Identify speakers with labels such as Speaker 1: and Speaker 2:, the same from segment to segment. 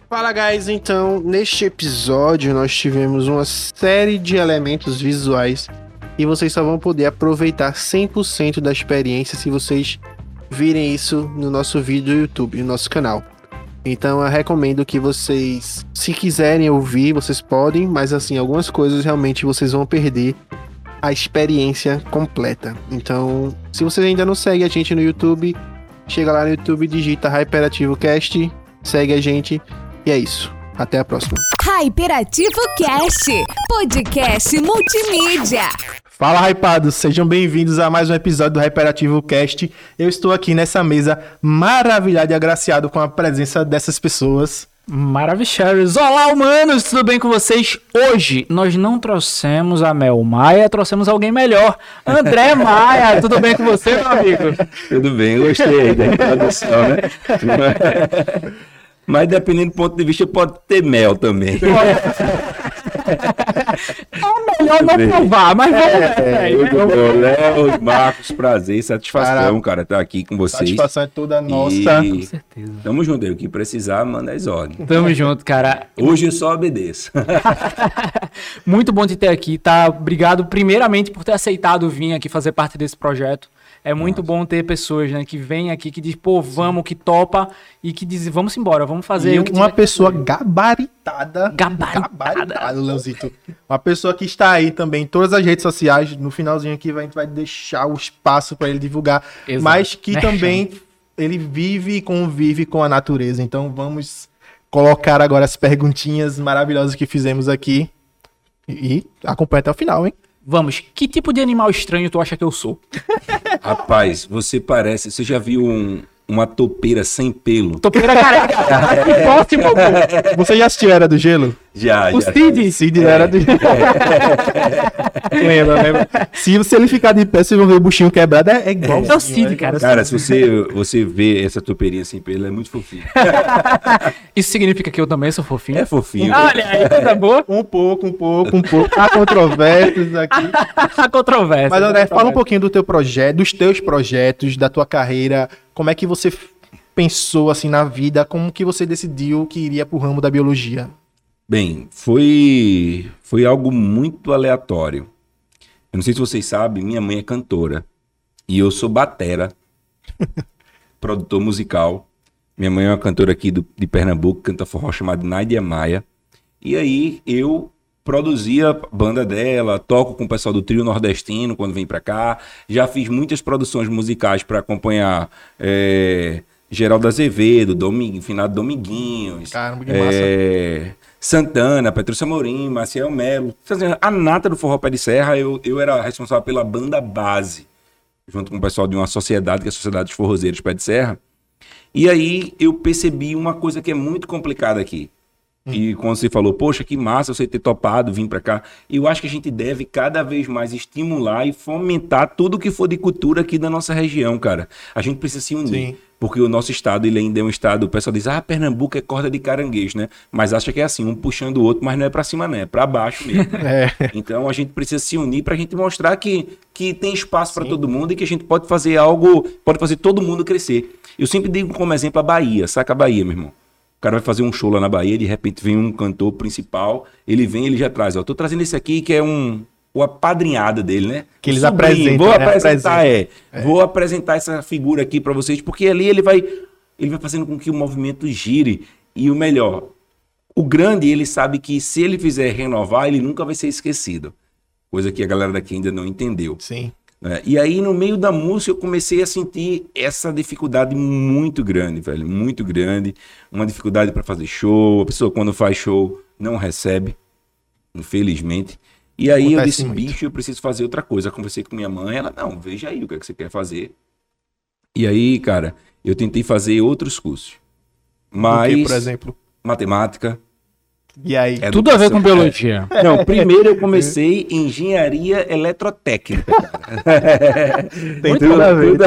Speaker 1: Fala, guys! Então, neste episódio nós tivemos uma série de elementos visuais e vocês só vão poder aproveitar 100% da experiência se vocês virem isso no nosso vídeo do YouTube, no nosso canal. Então, eu recomendo que vocês, se quiserem ouvir, vocês podem, mas assim, algumas coisas realmente vocês vão perder a experiência completa. Então, se vocês ainda não seguem a gente no YouTube, chega lá no YouTube, digita Hyperativo Cast, segue a gente. E é isso. Até a próxima.
Speaker 2: Hyperativo Cast, podcast multimídia.
Speaker 3: Fala, hypados! Sejam bem-vindos a mais um episódio do Hyperativo Cast. Eu estou aqui nessa mesa maravilhado e agraciado com a presença dessas pessoas.
Speaker 4: Maravilhosos! Olá, humanos! Tudo bem com vocês? Hoje nós não trouxemos a Mel Maia, trouxemos alguém melhor. André Maia! Tudo bem com você, meu amigo?
Speaker 5: Tudo bem, gostei da introdução, né? Mas dependendo do ponto de vista, pode ter mel também.
Speaker 4: É melhor não provar, mas vamos.
Speaker 5: Léo, Marcos, prazer, satisfação, cara, estar aqui com vocês.
Speaker 3: Satisfação é toda nossa.
Speaker 4: Com certeza.
Speaker 5: Tamo junto aí, o que precisar, manda as ordens.
Speaker 4: Tamo junto, cara.
Speaker 5: Hoje eu só obedeço.
Speaker 4: Muito bom te ter aqui, tá? Obrigado, primeiramente, por ter aceitado vir aqui fazer parte desse projeto. É muito bom ter pessoas, né, que vêm aqui, que diz, pô, vamos, que topa, e que diz, vamos embora, vamos fazer.
Speaker 3: E
Speaker 4: o que
Speaker 3: uma
Speaker 4: tiver
Speaker 3: pessoa
Speaker 4: que fazer.
Speaker 3: gabaritada. Gabaritada, Leozito. Uma pessoa que está aí também em todas as redes sociais. No finalzinho aqui a gente vai deixar o espaço para ele divulgar.
Speaker 4: Exato.
Speaker 3: Mas que também ele vive e convive com a natureza. Então vamos colocar agora as perguntinhas maravilhosas que fizemos aqui. E acompanha até o final, hein?
Speaker 4: Vamos, que tipo de animal estranho tu acha que eu sou?
Speaker 5: Rapaz, você já viu uma topeira sem pelo?
Speaker 4: Topeira careca. Ótimo, pô.
Speaker 3: Você já assistiu Era do Gelo?
Speaker 5: Já.
Speaker 4: O Cid.
Speaker 3: Cid Era do Gelo. Lembra? Se ele ficar de pé, vocês vão ver o buchinho quebrado, é igual.
Speaker 4: É o Cid, cara.
Speaker 5: Cara, se você vê essa topeirinha sem pelo, é muito fofinho.
Speaker 4: Isso significa que eu também sou fofinho?
Speaker 5: É fofinho.
Speaker 4: Olha aí, coisa boa.
Speaker 3: Um pouco. Há controvérsias aqui.
Speaker 4: A controvérsia.
Speaker 3: Mas, André, fala um pouquinho do teu projeto, dos teus projetos, da tua carreira. Como é que você pensou assim na vida? Como que você decidiu que iria pro ramo da biologia?
Speaker 5: Bem, foi algo muito aleatório. Eu não sei se vocês sabem, minha mãe é cantora. E eu sou batera, produtor musical. Minha mãe é uma cantora aqui de Pernambuco, canta forró chamada Nádia Maia. E aí eu produzia a banda dela, toco com o pessoal do Trio Nordestino quando vem pra cá. Já fiz muitas produções musicais para acompanhar Geraldo Azevedo, Finado Dominguinhos.
Speaker 3: Caramba, que massa.
Speaker 5: Santana, Petrúcia Amorim, Maciel Melo. A nata do Forró Pé de Serra, eu era responsável pela banda base, junto com o pessoal de uma sociedade, que é a Sociedade dos Forrozeiros Pé de Serra. E aí eu percebi uma coisa que é muito complicada aqui. E quando você falou, poxa, que massa você ter topado, vir pra cá. Eu acho que a gente deve cada vez mais estimular e fomentar tudo que for de cultura aqui da nossa região, cara. A gente precisa se unir.
Speaker 3: Sim.
Speaker 5: Porque o nosso estado, ele ainda é um estado, o pessoal diz, Pernambuco é corda de caranguejo, né? Mas acha que é assim, um puxando o outro, mas não é pra cima, não, é pra baixo mesmo. Então a gente precisa se unir pra gente mostrar que tem espaço pra todo mundo e que a gente pode fazer algo, pode fazer todo mundo crescer. Eu sempre digo como exemplo a Bahia, saca a Bahia, meu irmão? O cara vai fazer um show lá na Bahia, de repente vem um cantor principal, ele já traz, tô trazendo esse aqui que é o apadrinhado dele, né?
Speaker 3: Que eles
Speaker 5: sobrinho.
Speaker 3: apresentam,
Speaker 5: Vou
Speaker 3: né?
Speaker 5: apresentar, Vou apresentar essa figura aqui pra vocês, porque ali ele vai fazendo com que o movimento gire. E o melhor, o grande, ele sabe que se ele fizer renovar, ele nunca vai ser esquecido. Coisa que a galera daqui ainda não entendeu.
Speaker 3: Sim.
Speaker 5: E aí, no meio da música, eu comecei a sentir essa dificuldade muito grande, velho. Muito grande. Uma dificuldade para fazer show. A pessoa, quando faz show, não recebe, infelizmente. E aí eu disse, bicho, eu preciso fazer outra coisa. Eu conversei com minha mãe, ela, não, veja aí o que é que você quer fazer. E aí, cara, eu tentei fazer outros cursos. Mas,
Speaker 3: o que, por exemplo?
Speaker 5: Matemática.
Speaker 3: E aí?
Speaker 5: Educação.
Speaker 4: Tudo a ver com biologia.
Speaker 5: Não, primeiro eu comecei em engenharia eletrotécnica.
Speaker 3: Tem tudo a ver.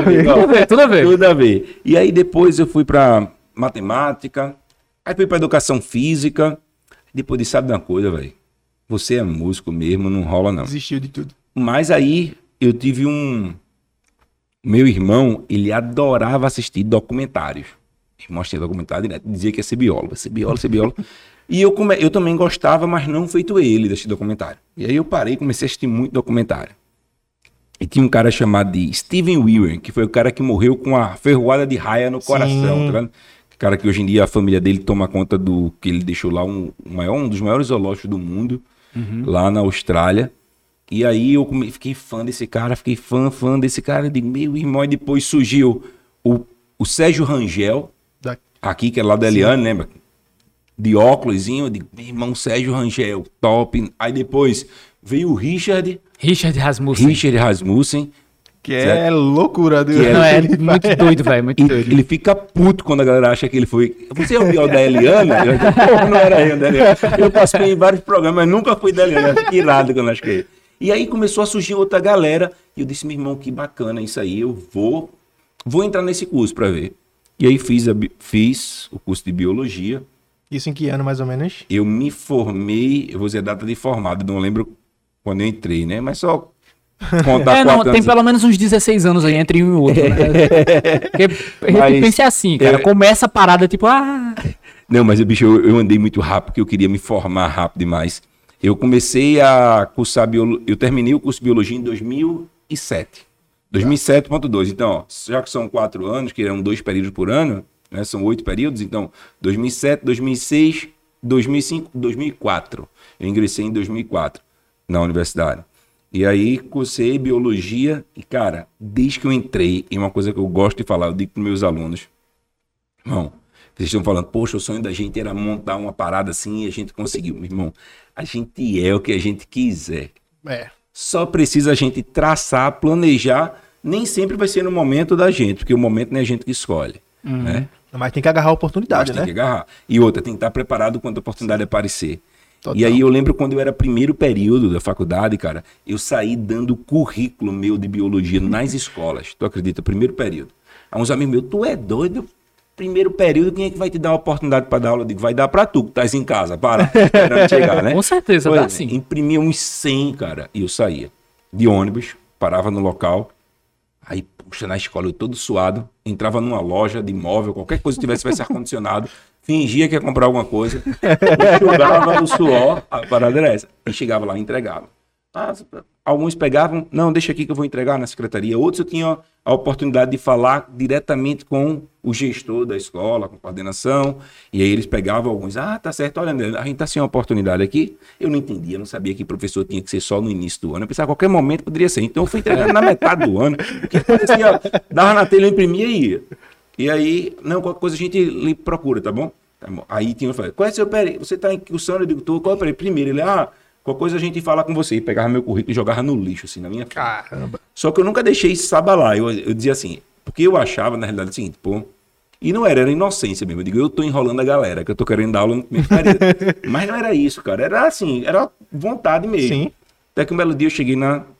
Speaker 5: Tudo a ver. E aí depois eu fui para matemática, aí fui para educação física. Depois de sabe de uma coisa, velho? Você é músico mesmo, não rola não.
Speaker 3: Desistiu de tudo.
Speaker 5: Mas aí eu tive Meu irmão, ele adorava assistir documentários. Mostrei documentário direto, dizia que ia ser biólogo, ser biólogo. E eu também gostava, mas não feito ele desse documentário. E aí eu parei e comecei a assistir muito documentário. E tinha um cara chamado de Steven Weir, que foi o cara que morreu com a ferroada de raia no coração, tá vendo? O cara que hoje em dia a família dele toma conta do que ele deixou lá, um dos maiores zoológicos do mundo, lá na Austrália. E aí eu fiquei fã desse cara, fã desse cara, de meu irmão. E depois surgiu o Sérgio Rangel, aqui, que é lá da Eliane, lembra? De óculosinho, de meu irmão Sérgio Rangel, top. Aí depois veio o Richard Rasmussen.
Speaker 3: Que é loucura.
Speaker 4: É muito doido, velho, muito doido.
Speaker 5: Ele fica puto quando a galera acha que ele foi... Você é o biólogo da Eliana? Pô, não era eu da Eliana. Eu passei em vários programas, mas nunca fui da Eliana. Fiquei irado quando eu acho que ele. E aí começou a surgir outra galera. E eu disse, meu irmão, que bacana isso aí. Eu vou entrar nesse curso pra ver. E aí fiz o curso de biologia.
Speaker 3: Isso em que ano, mais ou menos?
Speaker 5: Eu me formei, eu vou dizer a data de formado, não lembro quando eu entrei, né? Mas só contar
Speaker 4: tem pelo menos uns 16 anos aí entre um e o outro, né? Porque a gente pensa assim, cara, começa a parada tipo,
Speaker 5: Não, mas bicho, eu andei muito rápido, porque eu queria me formar rápido demais. Eu comecei a cursar eu terminei o curso de biologia em 2007. 2007.2. Então, ó, já que são 4 anos, que eram 2 períodos por ano, né? São 8 períodos, então 2007, 2006, 2005, 2004. Eu ingressei em 2004 na universidade. E aí cursei biologia e, cara, desde que eu entrei, e uma coisa que eu gosto de falar, eu digo para meus alunos, irmão, vocês estão falando, poxa, o sonho da gente era montar uma parada assim e a gente conseguiu. Meu irmão, a gente é o que a gente quiser. Só precisa a gente traçar, planejar, nem sempre vai ser no momento da gente, porque o momento não é a gente que escolhe, né?
Speaker 3: Mas tem que agarrar a oportunidade, né?
Speaker 5: Tem que agarrar. E outra, tem que estar preparado quando a oportunidade aparecer.
Speaker 3: Total.
Speaker 5: E aí eu lembro quando eu era primeiro período da faculdade, cara, eu saí dando currículo meu de biologia nas escolas. Tu acredita? Primeiro período. Aí uns amigos meus, tu é doido? Primeiro período, quem é que vai te dar uma oportunidade para dar aula? Eu digo, vai dar para tu, que estás em casa, esperando chegar, né?
Speaker 4: Com certeza, dá sim.
Speaker 5: Imprimia uns 100, cara, e eu saía de ônibus, parava no local, aí, puxa, na escola eu todo suado, entrava numa loja de móvel, qualquer coisa que tivesse ar-condicionado, fingia que ia comprar alguma coisa, jogava o suor, a parada era essa, e chegava lá e entregava. Alguns pegavam, não, deixa aqui que eu vou entregar na secretaria. Outros eu tinha a oportunidade de falar diretamente com o gestor da escola, com coordenação, e aí eles pegavam alguns, tá certo, olha, André, a gente tá sem uma oportunidade aqui. Eu não entendia, não sabia que professor tinha que ser só no início do ano. Eu pensava, a qualquer momento poderia ser. Então eu fui entregando na metade do ano, porque parecia, dava na telha, eu imprimia e ia. E aí, não, qualquer coisa a gente lhe procura, tá bom? Tá bom. Aí tinha, eu falei, qual é o seu período? Você tá em cursando? Eu digo, qual é o período? Primeiro, ele, qualquer coisa a gente fala com você. E pegava meu currículo e jogava no lixo, assim, na minha frente.
Speaker 3: Caramba.
Speaker 5: Só que eu nunca deixei isso sabalar. Eu dizia assim, porque eu achava, na realidade, o seguinte, e não era inocência mesmo. Eu digo, eu tô enrolando a galera, que eu tô querendo dar aula no primeiro período. Mas não era isso, cara. Era assim, era vontade mesmo.
Speaker 3: Sim.
Speaker 5: Até que um belo dia eu cheguei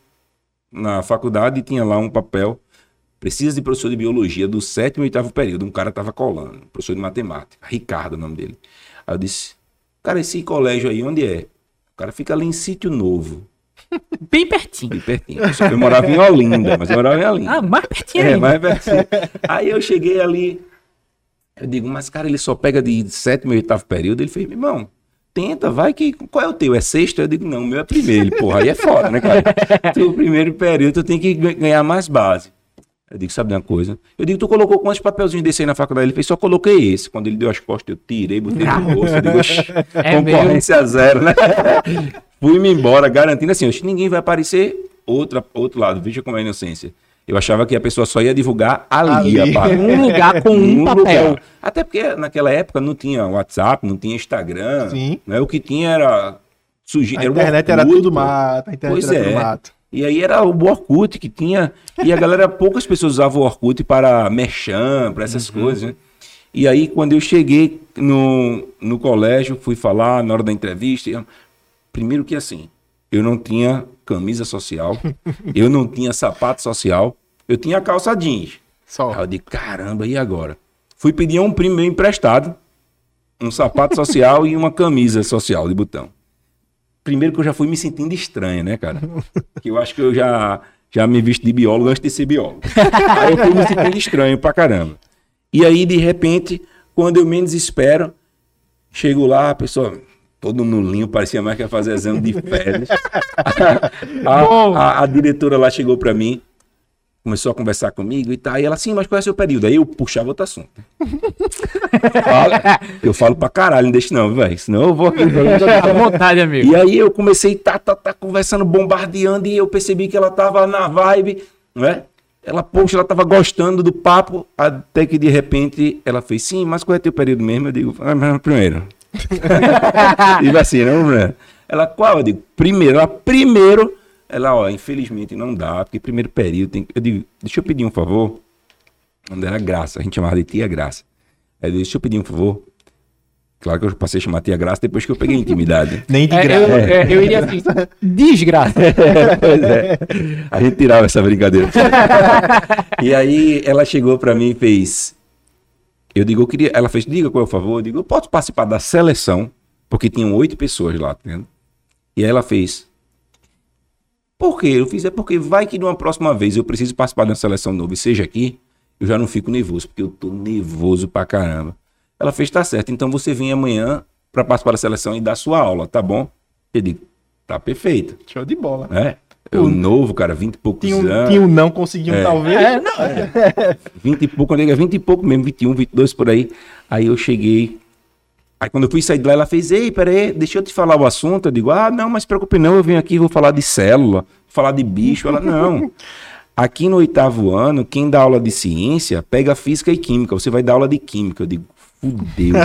Speaker 5: na faculdade e tinha lá um papel, precisa de professor de biologia do 7º e 8º período. Um cara tava colando, professor de matemática, Ricardo, o nome dele. Aí eu disse, cara, esse colégio aí, onde é? O cara fica ali em Sítio Novo.
Speaker 4: Bem pertinho.
Speaker 5: Bem pertinho. Eu morava em Olinda, mas eu morava em Olinda.
Speaker 4: Mais pertinho ainda.
Speaker 5: Mais pertinho. Aí eu cheguei ali, eu digo, mas cara, ele só pega de 7º e 8º período. Ele fez, meu irmão, tenta, vai que... Qual é o teu? É 6º? Eu digo, não, o meu é primeiro. Ele, porra, aí é foda, né, cara? O primeiro período, tu tem que ganhar mais base. Eu digo, sabe de uma coisa? Eu digo, tu colocou quantos papelzinhos desse aí na faculdade? Ele fez, só coloquei esse. Quando ele deu as costas, eu tirei, botei no bolso. Eu digo, concorrência zero, né? Fui-me embora, garantindo assim, ninguém vai aparecer. Outro lado, veja como é a inocência. Eu achava que a pessoa só ia divulgar ali.
Speaker 4: Um lugar com um papel.
Speaker 5: Lugar. Até porque naquela época não tinha WhatsApp, não tinha Instagram.
Speaker 3: Sim.
Speaker 5: Né? O que tinha era...
Speaker 3: A internet era tudo mato. Tudo mato.
Speaker 5: E aí era o Orkut que tinha, e a galera, poucas pessoas usavam o Orkut para merchan, para essas coisas, né? E aí quando eu cheguei no colégio, fui falar na hora da entrevista, primeiro que assim, eu não tinha camisa social, eu não tinha sapato social, eu tinha calça jeans. Aí eu digo, caramba, e agora? Fui pedir a um primo meu emprestado, um sapato social e uma camisa social de botão. Primeiro que eu já fui me sentindo estranho, né, cara? Que eu acho que eu já me visto de biólogo antes de ser biólogo. Aí eu fui me sentindo estranho pra caramba. E aí, de repente, Quando eu menos espero, chego lá, a pessoa todo nulinho, parecia mais que ia fazer exame de fezes. A diretora lá chegou pra mim, começou a conversar comigo e tal, e ela, sim, mas qual é o seu período? Aí eu puxava outro assunto. Eu falo pra caralho, não deixa não, velho, senão eu vou aqui.
Speaker 4: À vontade, amigo.
Speaker 5: E aí eu comecei tá conversando, bombardeando, e eu percebi que ela tava na vibe, né? Ela tava gostando do papo, até que de repente ela fez, sim, mas qual é teu período mesmo? Eu digo, primeiro. E assim, não, né? Ela, qual? Eu digo, primeiro. Ela, ó, infelizmente não dá, porque primeiro período tem... Eu digo, deixa eu pedir um favor. Onde era Graça, a gente chamava de Tia Graça. Aí eu digo, deixa eu pedir um favor. Claro que eu passei a chamar Tia Graça depois que eu peguei intimidade.
Speaker 3: Nem de graça.
Speaker 4: Eu iria assim, desgraça.
Speaker 5: Pois é. A gente tirava essa brincadeira. E aí ela chegou pra mim e fez... Eu digo, ela fez, diga qual é o favor. Eu digo, eu posso participar da seleção? Porque tinham 8 pessoas lá, tá vendo? E aí ela fez... Por quê? Eu fiz, porque vai que numa próxima vez eu preciso participar de uma seleção nova e seja aqui, eu já não fico nervoso, porque eu tô nervoso pra caramba. Ela fez, tá certo, então você vem amanhã pra participar da seleção e dar sua aula, tá bom? Eu digo, tá perfeito.
Speaker 3: Show de bola.
Speaker 5: É? Eu novo, cara, 20 e poucos anos.
Speaker 3: Tinha um não, conseguiu talvez.
Speaker 5: 20 e pouco, quando eu 20 e pouco mesmo, 21, 22 por aí. Aí eu cheguei. Aí quando eu fui sair de lá, ela fez, ei, peraí, deixa eu te falar o assunto. Eu digo, não, mas se preocupe não, eu venho aqui, vou falar de célula, falar de bicho. Ela, não. Aqui no 8º ano, quem dá aula de ciência, pega física e química. Você vai dar aula de química. Eu digo, fudeu,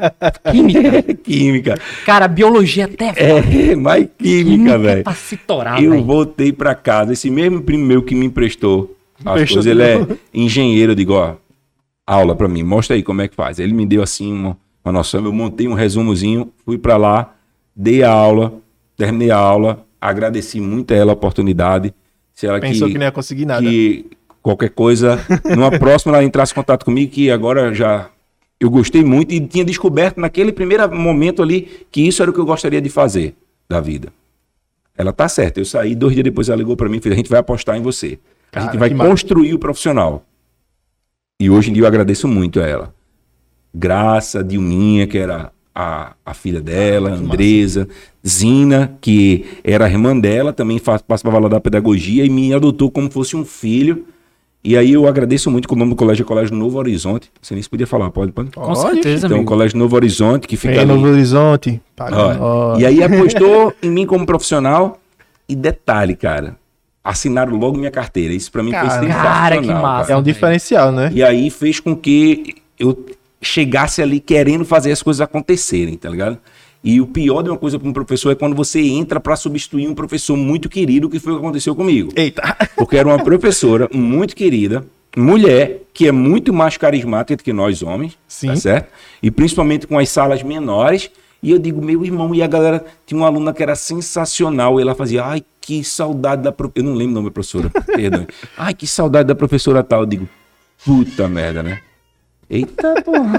Speaker 5: velho. Química.
Speaker 4: Cara, biologia até...
Speaker 5: Mas química, velho.
Speaker 4: Pra se torar,
Speaker 5: eu voltei pra casa, esse mesmo primo meu que me emprestou as coisas, ele é engenheiro. Eu digo, ó, aula pra mim, mostra aí como é que faz. Ele me deu assim uma noção, eu montei um resumozinho, fui pra lá, dei a aula, terminei a aula, agradeci muito a ela a oportunidade. Se ela
Speaker 3: Pensou que não ia conseguir nada.
Speaker 5: Que qualquer coisa, numa próxima ela entrasse em contato comigo, que agora já eu gostei muito e tinha descoberto naquele primeiro momento ali que isso era o que eu gostaria de fazer da vida. Ela tá certa, eu saí, 2 dias depois ela ligou pra mim e fez, a gente vai apostar em você. A gente vai construir o profissional. E hoje em dia eu agradeço muito a ela. Graça, Dilminha, que era a filha dela, Andresa, Zina, que era a irmã dela, também participava lá da pedagogia e me adotou como fosse um filho. E aí eu agradeço muito que o nome do colégio é Colégio Novo Horizonte. Você nem se podia falar, pode?
Speaker 4: Com certeza,
Speaker 5: então,
Speaker 4: amigo.
Speaker 5: Colégio Novo Horizonte, que fica ali.
Speaker 3: Novo Horizonte.
Speaker 5: E aí apostou em mim como profissional. E detalhe, cara, assinaram logo minha carteira. Isso pra mim foi sensacional.
Speaker 4: Cara, que massa.
Speaker 3: É um diferencial, né?
Speaker 5: E aí fez com que eu chegasse ali querendo fazer as coisas acontecerem, tá ligado? E o pior de uma coisa para um professor é quando você entra para substituir um professor muito querido, que foi o que aconteceu comigo.
Speaker 3: Eita!
Speaker 5: Porque era uma professora muito querida, mulher, que é muito mais carismática do que nós homens,
Speaker 3: sim,
Speaker 5: tá certo? E principalmente com as salas menores. E eu digo, meu irmão, e a galera, tinha uma aluna que era sensacional, e ela fazia, ai, que saudade da professora, eu não lembro o nome da professora, perdão. Ai, que saudade da professora tal. Eu digo, puta merda, né? Eita, porra.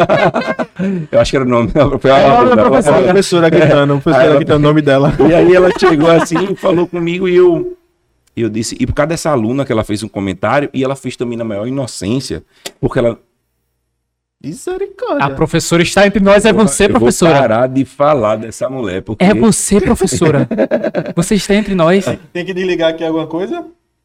Speaker 5: Eu acho que era o nome da
Speaker 3: professora gritando, o nome dela.
Speaker 5: E aí ela chegou assim, falou comigo e eu disse, e por causa dessa aluna que ela fez um comentário, e ela fez também na maior inocência, porque ela...
Speaker 3: Misericórdia.
Speaker 4: A professora está entre nós, é você, professora.
Speaker 5: Eu vou parar de falar dessa mulher, porque...
Speaker 4: É você, professora. Você está entre nós.
Speaker 3: Tem que desligar aqui alguma coisa?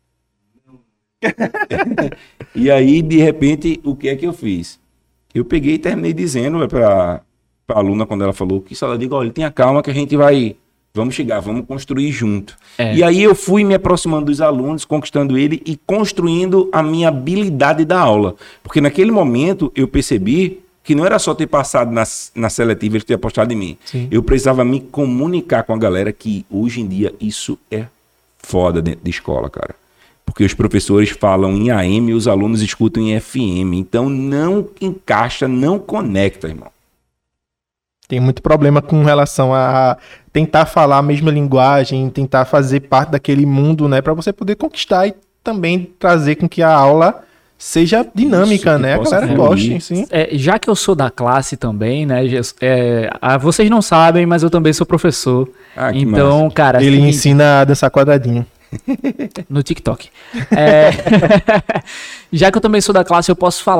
Speaker 5: E aí, de repente, o que é que eu fiz? Eu peguei e terminei dizendo pra aluna, quando ela falou que ela digo, olha, tenha calma que a gente vamos chegar, vamos construir junto. E aí eu fui me aproximando dos alunos, conquistando ele e construindo a minha habilidade da aula. Porque naquele momento eu percebi que não era só ter passado na seletiva e ter apostado em mim.
Speaker 3: Sim.
Speaker 5: Eu precisava me comunicar com a galera, que hoje em dia isso é foda dentro de escola, cara. Porque os professores falam em AM e os alunos escutam em FM. Então não encaixa, não conecta, irmão.
Speaker 3: Tem muito problema com relação a tentar falar a mesma linguagem, tentar fazer parte daquele mundo, né? Para você poder conquistar e também trazer com que a aula seja dinâmica, né? A galera goste, sim.
Speaker 4: Já que eu sou da classe também, né? Vocês não sabem, mas eu também sou professor. Então, massa. Cara...
Speaker 3: Ele ensina a dançar quadradinho.
Speaker 4: No TikTok. Já que eu também sou da classe, eu posso falar.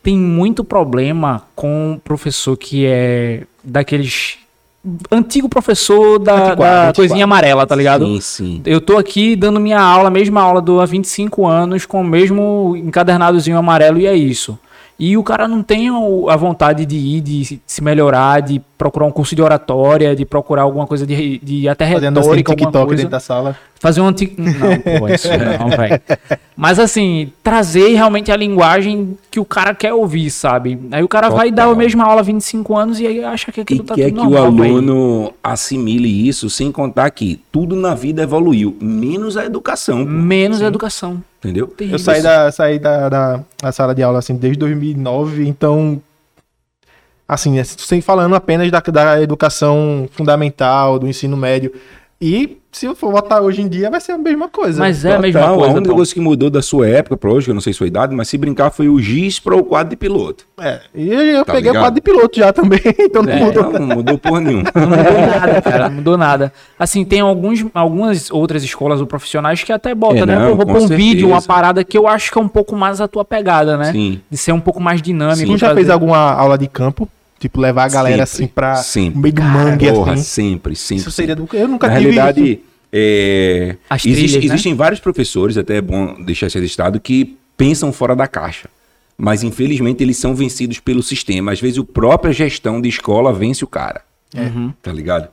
Speaker 4: tem muito problema com professor que é daqueles... Antigo professor da coisinha amarela, tá ligado?
Speaker 5: Sim, sim.
Speaker 4: Eu tô aqui dando minha aula, a mesma aula há 25 anos, com o mesmo encadernadozinho amarelo e é isso. E o cara não tem a vontade de ir, de se melhorar, de procurar um curso de oratória, de procurar alguma coisa de até
Speaker 3: Fazendo assim,
Speaker 4: retórica, alguma
Speaker 3: TikTok
Speaker 4: coisa.
Speaker 3: dentro da sala.
Speaker 4: Fazer um antigo... Não, pô, isso não, velho. Mas assim, trazer realmente a linguagem que o cara quer ouvir, sabe? Aí o cara vai dar a mesma aula há 25 anos e aí acha que
Speaker 5: E
Speaker 4: aquilo tá
Speaker 5: quer
Speaker 4: tudo
Speaker 5: que o
Speaker 4: normal, velho.
Speaker 5: aluno assimile isso, sem contar que tudo na vida evoluiu, menos a educação, pô,
Speaker 4: Menos a educação.
Speaker 5: entendeu?
Speaker 4: Terrível.
Speaker 3: Eu saí da sala de aula assim desde 2009, então assim, sem falando apenas da educação fundamental, do ensino médio. E se eu for votar hoje em dia vai ser a mesma coisa.
Speaker 4: Mas é a mesma
Speaker 5: Total,
Speaker 4: coisa,
Speaker 5: a única
Speaker 4: Tom.
Speaker 5: coisa que mudou da sua época pra hoje, que eu não sei sua idade, mas se brincar foi o GIS para o quadro de piloto.
Speaker 3: E eu
Speaker 5: Tá
Speaker 3: peguei o
Speaker 5: ligado?
Speaker 3: quadro de piloto já também, então não mudou.
Speaker 5: Não mudou porra nenhuma.
Speaker 4: Não mudou nada, cara. Não mudou nada. Assim, tem algumas outras escolas ou profissionais que até botam, né?
Speaker 5: Não,
Speaker 4: Eu vou
Speaker 5: com
Speaker 4: pôr um vídeo, uma
Speaker 5: certeza.
Speaker 4: parada que eu acho que é um pouco mais a tua pegada, né?
Speaker 5: Sim.
Speaker 4: De ser um pouco mais dinâmico.
Speaker 3: Tu já
Speaker 4: trazer-
Speaker 3: fez alguma aula de campo? Tipo, levar a galera
Speaker 5: Sempre,
Speaker 3: assim pra
Speaker 5: sempre.
Speaker 3: no meio do mangue
Speaker 5: Porra,
Speaker 3: assim?
Speaker 5: sempre.
Speaker 3: Isso seria do... Eu nunca
Speaker 5: Na
Speaker 3: tive
Speaker 5: realidade,
Speaker 3: isso.
Speaker 4: As trilhas, né?
Speaker 5: existem vários professores, até é bom deixar isso registrado, que pensam fora da caixa. Mas, infelizmente, eles são vencidos pelo sistema. Às vezes, a própria gestão de escola vence o cara. Tá ligado?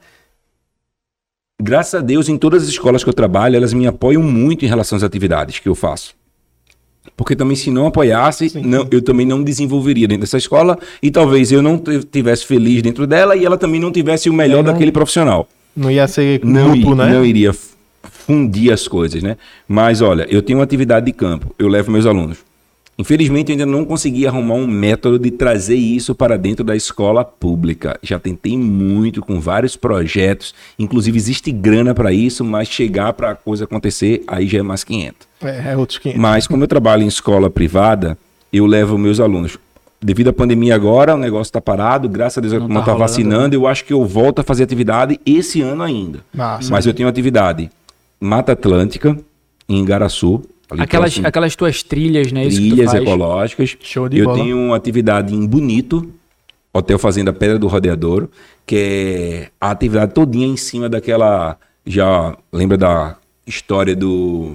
Speaker 5: Graças a Deus, em todas as escolas que eu trabalho, elas me apoiam muito em relação às atividades que eu faço. Porque também, se não apoiasse, eu também não desenvolveria dentro dessa escola e talvez eu não tivesse feliz dentro dela e ela também não tivesse o melhor daquele profissional.
Speaker 3: Não ia ser
Speaker 5: Não,
Speaker 3: grupo, né?
Speaker 5: não iria fundir as coisas, né? Mas olha, eu tenho uma atividade de campo, eu levo meus alunos. Infelizmente, eu ainda não consegui arrumar um método de trazer isso para dentro da escola pública. Já tentei muito com vários projetos, inclusive existe grana para isso, mas chegar para a coisa acontecer, aí já é mais 500.
Speaker 3: É outros 500.
Speaker 5: Mas como eu trabalho em escola privada, eu levo meus alunos. Devido à pandemia agora, o negócio está parado, graças a Deus,
Speaker 4: Não
Speaker 5: como
Speaker 4: tá
Speaker 5: está
Speaker 4: rolando.
Speaker 5: vacinando, eu acho que eu volto a fazer atividade esse ano ainda.
Speaker 3: Massa.
Speaker 5: Mas eu tenho atividade Mata Atlântica, em Igaraçu. ali próximo,
Speaker 4: Aquelas tuas trilhas, né? Isso que tu
Speaker 5: trilhas
Speaker 4: faz.
Speaker 5: ecológicas.
Speaker 3: Show de
Speaker 5: Eu
Speaker 3: bola.
Speaker 5: tenho uma atividade em Bonito, Hotel Fazenda Pedra do Rodeadouro, que é a atividade todinha em cima daquela... Já lembra da história do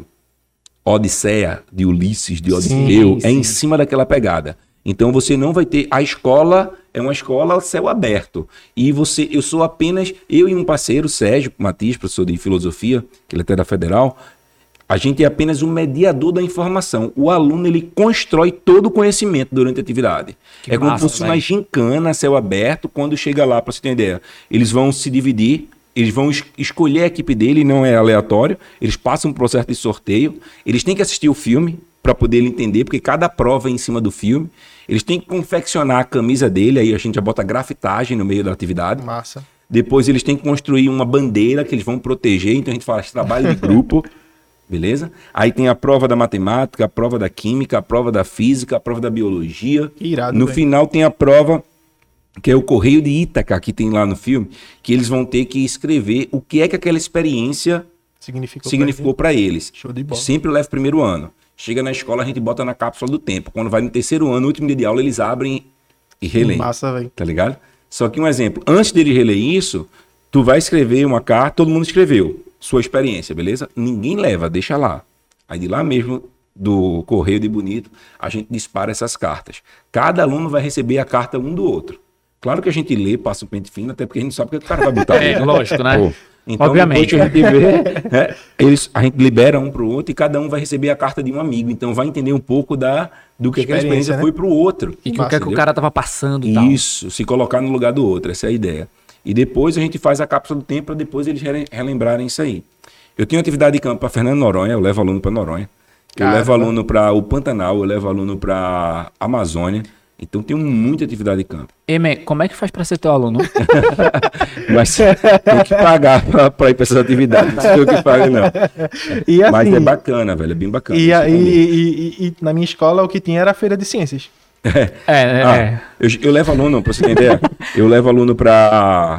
Speaker 5: Odisseia, de Ulisses, de Odisseu? É em cima daquela pegada. Então você não vai ter... A escola é uma escola a céu aberto. E eu sou apenas... Eu e um parceiro, Sérgio Matias, professor de filosofia, que ele é até da Federal, a gente é apenas um mediador da informação. O aluno, ele constrói todo o conhecimento durante a atividade.
Speaker 4: Que
Speaker 5: como
Speaker 4: massa,
Speaker 5: se fosse uma
Speaker 4: velho.
Speaker 5: gincana a céu aberto. Quando chega lá, para você ter uma ideia, eles vão se dividir, eles vão escolher a equipe dele, não é aleatório, eles passam um processo de sorteio, eles têm que assistir o filme para poder ele entender, porque cada prova é em cima do filme. Eles têm que confeccionar a camisa dele, aí a gente já bota grafitagem no meio da atividade.
Speaker 3: Massa.
Speaker 5: Depois eles têm que construir uma bandeira que eles vão proteger, então a gente faz trabalho de grupo, beleza? Aí tem a prova da matemática, a prova da química, a prova da física, a prova da biologia.
Speaker 3: Que irado,
Speaker 5: No
Speaker 3: velho.
Speaker 5: final tem a prova que é o Correio de Ítaca, que tem lá no filme, que eles vão ter que escrever o que é que aquela experiência significou para eles.
Speaker 3: Show de bola.
Speaker 5: Sempre leva o primeiro ano. Chega na escola, a gente bota na cápsula do tempo. Quando vai no terceiro ano, no último dia de aula, eles abrem e releem.
Speaker 3: Massa, velho.
Speaker 5: Tá ligado? Só que um exemplo, antes dele reler isso, tu vai escrever uma carta, todo mundo escreveu sua experiência, beleza? Ninguém leva, deixa lá. Aí de lá mesmo, do Correio de Bonito, a gente dispara essas cartas. Cada aluno vai receber a carta um do outro. Claro que a gente lê, passa um pente fino, até porque a gente sabe que o cara vai botar ali, né?
Speaker 4: Lógico, né?
Speaker 5: Pô, então,
Speaker 4: Obviamente.
Speaker 5: depois que a gente vê, a gente libera um pro outro e cada um vai receber a carta de um amigo. Então vai entender um pouco do que aquela experiência
Speaker 3: né?
Speaker 5: foi pro outro.
Speaker 4: E que o que é que o cara tava passando e tal.
Speaker 5: Isso, se colocar no lugar do outro, essa é a ideia. E depois a gente faz a cápsula do tempo para depois eles relembrarem isso aí. Eu tenho atividade de campo para Fernando Noronha, eu levo aluno para Noronha. Eu levo aluno para o Pantanal, eu levo aluno para Amazônia. Então tenho muita atividade de campo.
Speaker 4: Eme, como é que faz pra ser teu aluno?
Speaker 5: Mas tem que pagar para ir para essas atividades. Não sou eu que pago, não.
Speaker 3: E assim,
Speaker 5: Mas é bacana, velho, é bem bacana.
Speaker 3: e,
Speaker 5: isso também.
Speaker 3: e na minha escola o que tinha era a feira de ciências.
Speaker 5: Eu levo aluno, pra você ter ideia, eu levo aluno para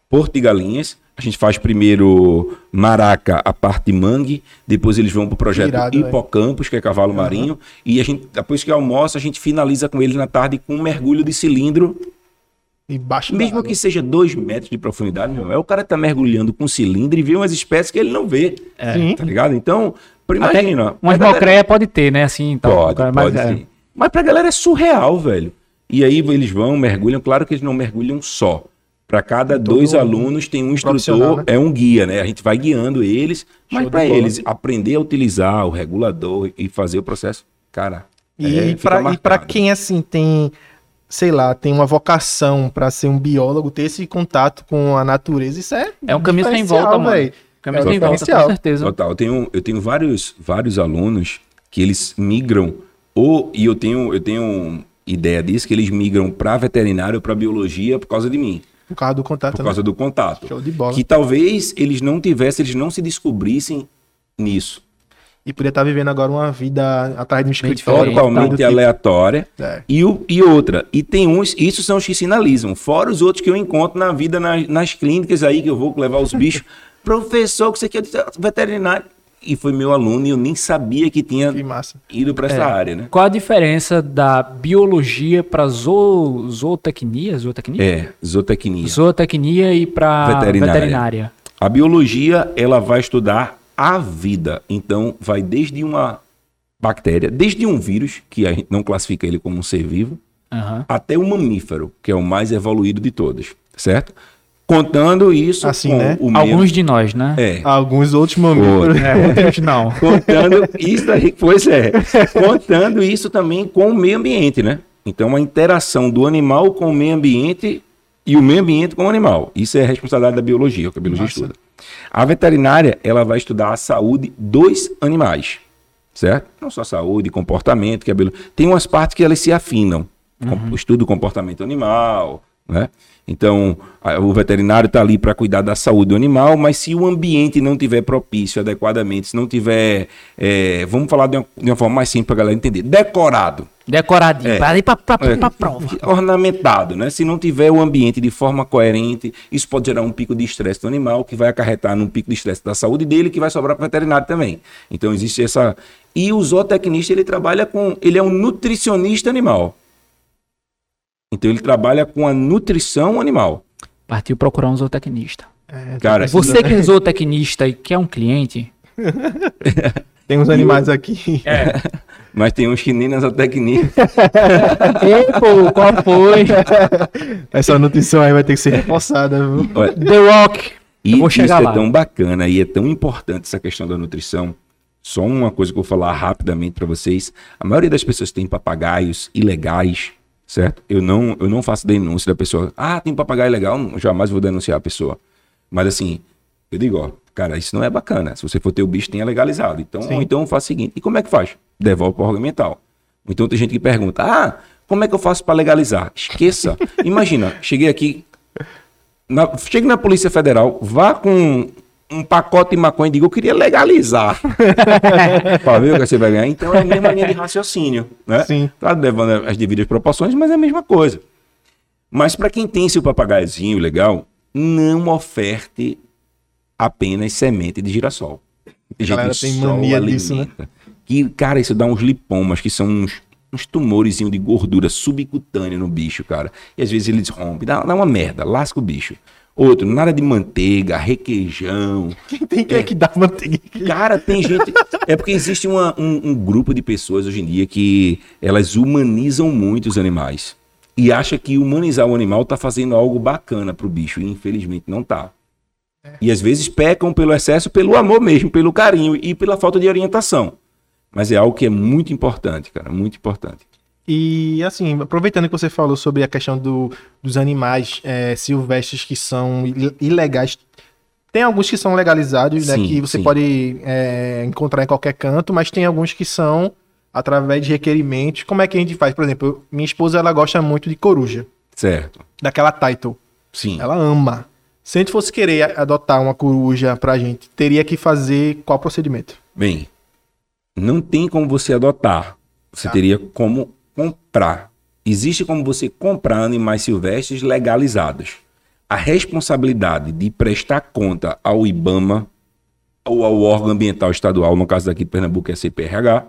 Speaker 5: Porto de Galinhas. A gente faz primeiro Maraca, a parte de mangue, depois eles vão pro projeto
Speaker 1: Irado,
Speaker 5: Hipocampus, que é cavalo marinho, e a gente, depois que almoça, a gente finaliza com eles na tarde com um mergulho de cilindro,
Speaker 1: Embaixo da
Speaker 5: mesmo
Speaker 1: água.
Speaker 5: que seja 2 metros de profundidade, meu, é o cara tá mergulhando com cilindro e vê umas espécies que ele não vê,
Speaker 3: Sim.
Speaker 5: tá ligado? Então,
Speaker 4: Até
Speaker 5: imagina.
Speaker 4: umas
Speaker 5: pra galera-
Speaker 4: mocréia pode ter, né? Assim, então,
Speaker 5: Pode,
Speaker 4: mas
Speaker 5: sim. Mas pra galera é surreal, velho. E aí eles vão, mergulham, claro que eles não mergulham só. Para cada 2 alunos tem um
Speaker 1: profissional,
Speaker 5: instrutor,
Speaker 1: né?
Speaker 5: é um guia, né? A gente vai guiando eles, mas
Speaker 1: Show
Speaker 5: para
Speaker 1: de bola.
Speaker 5: eles aprender a utilizar o regulador e fazer o processo, cara.
Speaker 3: E
Speaker 5: fica
Speaker 3: para
Speaker 5: marcado.
Speaker 3: quem assim tem, sei lá, tem uma vocação para ser um biólogo, ter esse contato com a natureza, isso é
Speaker 4: um caminho sem
Speaker 3: diferencial,
Speaker 4: volta, mano.
Speaker 3: véi.
Speaker 4: Caminho
Speaker 3: É
Speaker 4: sem volta, com
Speaker 3: diferencial.
Speaker 4: certeza.
Speaker 5: Total, eu tenho vários alunos que eles migram, e eu tenho ideia disso, que eles migram para veterinário ou para biologia por causa de mim,
Speaker 3: Por causa do contato,
Speaker 5: por causa do contato.
Speaker 3: Show de bola.
Speaker 5: Que talvez eles não se descobrissem nisso.
Speaker 3: E podia estar vivendo agora uma vida atrás de um escritório.
Speaker 4: diferente,
Speaker 3: qualquer coisa
Speaker 5: Totalmente
Speaker 3: do tipo.
Speaker 5: aleatória.
Speaker 3: É.
Speaker 5: E outra, e tem uns, isso são os que sinalizam, fora os outros que eu encontro na vida, nas clínicas aí, que eu vou levar os bichos. Professor, que você quer veterinário. E foi meu aluno e eu nem sabia que tinha
Speaker 3: Que massa.
Speaker 5: ido para essa área, né?
Speaker 4: Qual a diferença da biologia para zootecnia?
Speaker 5: Zootecnia.
Speaker 4: Zootecnia e para
Speaker 5: Veterinária.
Speaker 4: veterinária.
Speaker 5: A biologia, ela vai estudar a vida. Então, vai desde uma bactéria, desde um vírus, que a gente não classifica ele como um ser vivo,
Speaker 4: Aham.
Speaker 5: até o mamífero, que é o mais evoluído de todos, certo? Contando isso
Speaker 3: Assim,
Speaker 5: com
Speaker 3: né?
Speaker 5: o meio...
Speaker 4: Alguns de nós, né?
Speaker 5: É.
Speaker 3: Alguns outros mamíferos.
Speaker 4: Outros não.
Speaker 5: Contando isso aí, contando isso também com o meio ambiente, né? Então, a interação do animal com o meio ambiente e o meio ambiente com o animal. Isso é a responsabilidade da biologia, o que a biologia estuda. A veterinária, ela vai estudar a saúde dos animais, certo? Não só saúde, comportamento, que a biologia... Tem umas partes que elas se afinam. O estudo do comportamento animal, né? Então, o veterinário está ali para cuidar da saúde do animal, mas se o ambiente não tiver propício adequadamente, se não tiver, vamos falar de uma forma mais simples para a galera entender, decoradinho,
Speaker 4: Para ir para prova.
Speaker 5: ornamentado, né? Se não tiver o ambiente de forma coerente, isso pode gerar um pico de estresse do animal, que vai acarretar num pico de estresse da saúde dele, que vai sobrar para o veterinário também. Então, existe essa... E o zootecnista, ele é um nutricionista animal. Então, ele trabalha com a nutrição animal.
Speaker 4: Partiu procurar um zootecnista.
Speaker 5: Cara,
Speaker 4: Você que é zootecnista e quer um cliente,
Speaker 3: Tem uns animais aqui.
Speaker 5: mas tem uns que nem na zootecnia.
Speaker 4: ei, pô, qual foi?
Speaker 3: Essa nutrição aí vai ter que ser reforçada, viu?
Speaker 5: Olha,
Speaker 4: The Rock.
Speaker 5: e
Speaker 4: Eu vou
Speaker 5: isso
Speaker 4: chegar
Speaker 5: é
Speaker 4: lá.
Speaker 5: tão bacana e é tão importante essa questão da nutrição. Só uma coisa que eu vou falar rapidamente para vocês. A maioria das pessoas tem papagaios ilegais, certo? Eu não faço denúncia da pessoa. Ah, tem papagaio ilegal, jamais vou denunciar a pessoa. Mas assim, eu digo, ó, cara, isso não é bacana. Se você for ter o bicho, tenha legalizado. Então, ou então faz o seguinte, e como é que faz? Devolve para o órgão ambiental. Então tem gente que pergunta, como é que eu faço para legalizar? Esqueça. Imagina, cheguei aqui, chegue na Polícia Federal, vá com um pacote de maconha e diga, eu queria legalizar. Para ver o que você vai ganhar. Então é a mesma linha de raciocínio, né?
Speaker 3: Sim.
Speaker 5: Claro, levando as devidas proporções, mas é a mesma coisa. Mas para quem tem seu papagaiozinho legal, não oferte apenas semente de girassol. Tem gente
Speaker 3: galera
Speaker 5: que
Speaker 3: tem
Speaker 5: só
Speaker 3: mania disso, né?
Speaker 5: alimenta. Que, cara, isso dá uns lipomas, que são uns tumorzinhos de gordura subcutânea no bicho, cara. E às vezes eles rompem, dá uma merda, lasca o bicho. Outro, nada de manteiga, requeijão.
Speaker 3: Tem que dar manteiga.
Speaker 5: Cara, tem gente... É porque existe um grupo de pessoas hoje em dia que elas humanizam muito os animais. E acha que humanizar o animal tá fazendo algo bacana pro bicho. E infelizmente não tá. E às vezes pecam pelo excesso, pelo amor mesmo, pelo carinho e pela falta de orientação. Mas é algo que é muito importante, cara, muito importante.
Speaker 3: E assim, aproveitando que você falou sobre a questão dos animais silvestres que são ilegais, tem alguns que são legalizados, né,
Speaker 5: Sim,
Speaker 3: que você
Speaker 5: sim.
Speaker 3: pode encontrar em qualquer canto, mas tem alguns que são através de requerimentos. Como é que a gente faz? Por exemplo, minha esposa, ela gosta muito de coruja,
Speaker 5: Certo.
Speaker 3: daquela Title.
Speaker 5: Sim.
Speaker 3: Ela ama. Se a gente fosse querer adotar uma coruja pra gente, teria que fazer qual procedimento?
Speaker 5: Bem, não tem como você adotar. Você teria como comprar. Existe como você comprar animais silvestres legalizados. a responsabilidade de prestar conta ao IBAMA ou ao órgão ambiental estadual, no caso daqui de Pernambuco é CPRH,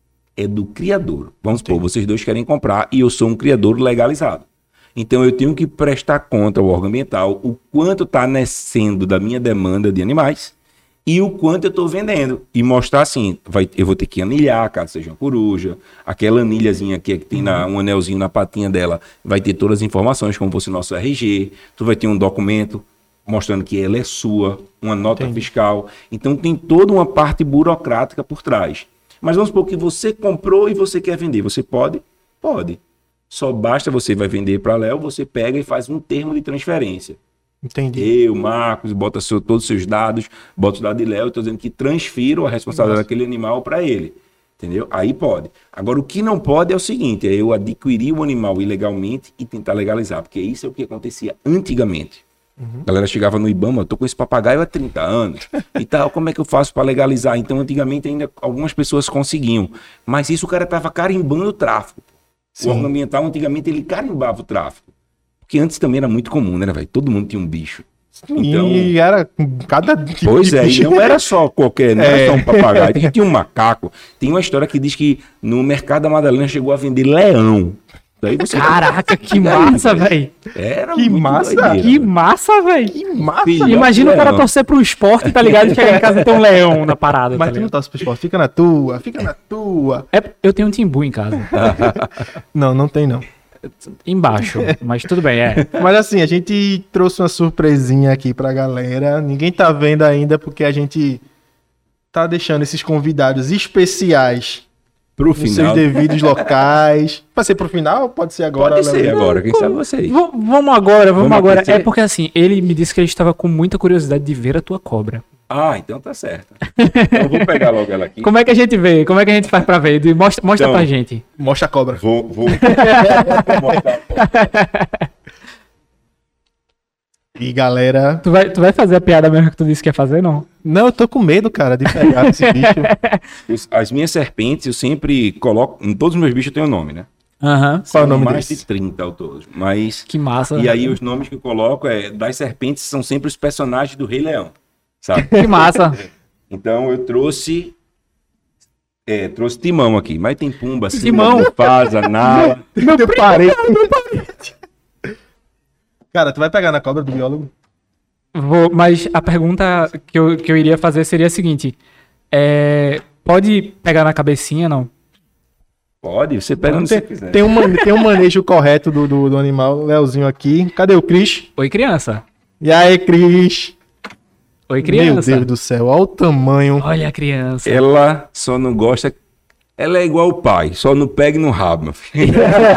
Speaker 5: é do criador. Vamos supor, vocês dois querem comprar e eu sou um criador legalizado. Então eu tenho que prestar conta ao órgão ambiental o quanto está nascendo da minha demanda de animais e o quanto eu estou vendendo. E mostrar assim, eu vou ter que anilhar, caso seja uma coruja, aquela anilhazinha aqui que tem um anelzinho na patinha dela, vai ter todas as informações, como fosse o nosso RG, tu vai ter um documento mostrando que ela é sua, uma nota fiscal. Então tem toda uma parte burocrática por trás. Mas vamos supor que você comprou e você quer vender. Você pode? Pode. Só basta você vai vender para Léo, você pega e faz um termo de transferência.
Speaker 3: Entendi.
Speaker 5: Eu, Marcos, bota todos os seus dados, bota os dados de Léo, estou dizendo que transfiro a responsabilidade daquele animal para ele. Entendeu? Aí pode. Agora, o que não pode é o seguinte, é eu adquirir o animal ilegalmente e tentar legalizar, porque isso é o que acontecia antigamente. A galera chegava no IBAMA, eu tô com esse papagaio há 30 anos e tal, como é que eu faço para legalizar? Então, antigamente ainda algumas pessoas conseguiam, mas isso o cara tava carimbando o tráfico. O órgão ambiental, antigamente, ele carimbava o tráfico. Porque antes também era muito comum, né, velho? Todo mundo tinha um bicho. Então,
Speaker 3: E era cada tipo
Speaker 5: pois
Speaker 3: de
Speaker 5: é,
Speaker 3: bicho.
Speaker 5: e não era só qualquer, não era só um papagaio. Tinha um macaco. Tem uma história que diz que no mercado da Madalena chegou a vender leão. Daí você...
Speaker 4: Caraca, que massa, velho.
Speaker 5: Era
Speaker 3: Que
Speaker 5: muito
Speaker 3: massa.
Speaker 5: doideira,
Speaker 4: Que
Speaker 5: velho.
Speaker 4: massa, velho.
Speaker 3: Que massa.
Speaker 5: Filho,
Speaker 4: Imagina o cara
Speaker 5: leão.
Speaker 4: torcer pro esporte, tá ligado? E chegar em casa e ter um leão na parada.
Speaker 3: Mas
Speaker 4: tá
Speaker 3: tu não
Speaker 4: ligado?
Speaker 3: torce pro esporte, fica na tua, fica na tua.
Speaker 4: Eu tenho um timbu em casa.
Speaker 3: Não, não tem não.
Speaker 4: Embaixo. Mas tudo bem, é.
Speaker 3: Mas assim, a gente trouxe uma surpresinha aqui pra galera. Ninguém tá vendo ainda porque a gente tá deixando esses convidados especiais
Speaker 5: Pro
Speaker 3: nos seus
Speaker 5: final.
Speaker 3: devidos locais. Pode ser pro final? Pode ser agora?
Speaker 5: Pode ser
Speaker 3: Léo?
Speaker 5: agora, quem sabe vocês.
Speaker 4: Vamos agora.
Speaker 5: Vamos
Speaker 4: É
Speaker 5: aquecer?
Speaker 4: porque assim, ele me disse que ele estava com muita curiosidade de ver a tua cobra.
Speaker 5: Ah, então tá certo. Então eu vou pegar logo ela aqui.
Speaker 4: Como é que a gente vê? Como é que a gente faz pra ver? Mostra
Speaker 5: Então,
Speaker 4: pra gente.
Speaker 3: Mostra a cobra.
Speaker 5: Vou mostrar.
Speaker 3: E galera...
Speaker 4: Tu vai fazer a piada mesmo que tu disse que ia fazer, não?
Speaker 3: Não, eu tô com medo, cara, de pegar esse bicho.
Speaker 5: As minhas serpentes eu sempre coloco. Em todos os meus bichos eu tenho nome, né?
Speaker 4: Aham.
Speaker 3: Qual é o
Speaker 5: São
Speaker 3: nome
Speaker 5: mais
Speaker 3: desse?
Speaker 5: de 30 ao todo. Mas.
Speaker 4: Que massa.
Speaker 5: E aí os nomes que eu coloco das serpentes são sempre os personagens do Rei Leão. Sabe?
Speaker 4: Que massa.
Speaker 5: Então eu trouxe. Trouxe Timão aqui, mas tem Pumba,
Speaker 4: Timão?
Speaker 5: Mufasa, Nala.
Speaker 3: Meu parente. Cara, tu vai pegar na cobra do biólogo?
Speaker 4: Mas a pergunta que eu iria fazer seria a seguinte: pode pegar na cabecinha, não?
Speaker 5: Pode, você pega onde você
Speaker 3: Tem,
Speaker 5: quiser.
Speaker 3: tem um manejo correto do animal. Leozinho aqui. Cadê o Cris?
Speaker 4: Oi, criança.
Speaker 3: E aí, Cris?
Speaker 4: Oi, criança.
Speaker 3: Meu Deus do céu, olha o tamanho.
Speaker 4: Olha a criança.
Speaker 5: Ela só não gosta. Ela é igual o pai, só não pega no rabo, meu filho.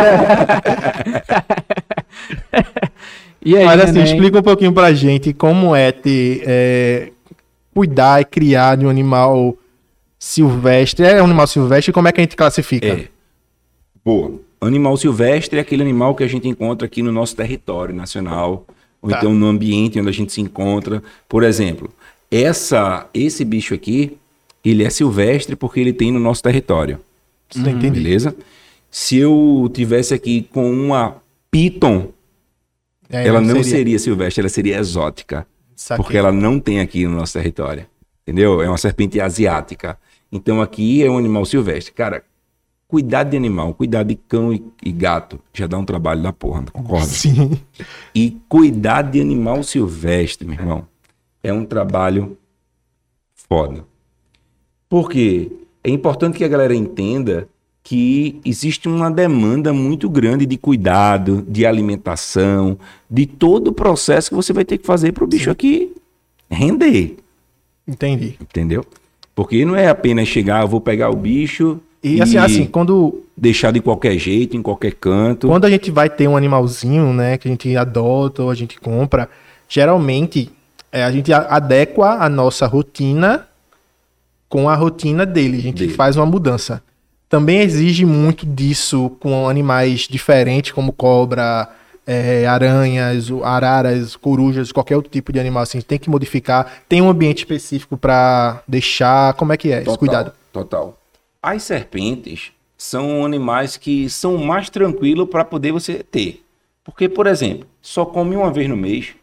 Speaker 4: E aí,
Speaker 3: Mas assim,
Speaker 4: neném?
Speaker 3: explica um pouquinho pra gente como é ter, cuidar e criar de um animal silvestre. É um animal silvestre, como é que a gente classifica?
Speaker 5: É. Boa. Animal silvestre é aquele animal que a gente encontra aqui no nosso território nacional, ou
Speaker 3: Tá.
Speaker 5: então no ambiente onde a gente se encontra. Por exemplo, esse bicho aqui, ele é silvestre porque ele tem no nosso território.
Speaker 3: Você entende?
Speaker 5: Beleza? Se eu tivesse aqui com uma piton, ela não seria silvestre, ela seria exótica.
Speaker 3: Saquei.
Speaker 5: Porque ela não tem aqui no nosso território. Entendeu? É uma serpente asiática. Então aqui é um animal silvestre. Cara, cuidar de animal, cuidar de cão e gato, já dá um trabalho da porra, concorda?
Speaker 3: Sim.
Speaker 5: E cuidar de animal silvestre, meu irmão, é um trabalho foda. Porque é importante que a galera entenda que existe uma demanda muito grande de cuidado, de alimentação, de todo o processo que você vai ter que fazer para o bicho aqui render,
Speaker 3: Entendi.
Speaker 5: entendeu? Porque não é apenas chegar, eu vou pegar o bicho
Speaker 3: E assim, quando
Speaker 5: deixar de qualquer jeito, em qualquer canto.
Speaker 3: a gente vai ter um animalzinho, né, que a gente adota ou a gente compra, geralmente a gente adequa a nossa rotina com a rotina dele. A gente faz uma mudança. Também exige muito disso com animais diferentes, como cobra, aranhas, araras, corujas, qualquer outro tipo de animal. Assim, tem que modificar. Tem um ambiente específico para deixar. Como é que é? Esse cuidado.
Speaker 5: Total. As serpentes são animais que são mais tranquilos para poder você ter. Porque, por exemplo, só come uma vez no mês,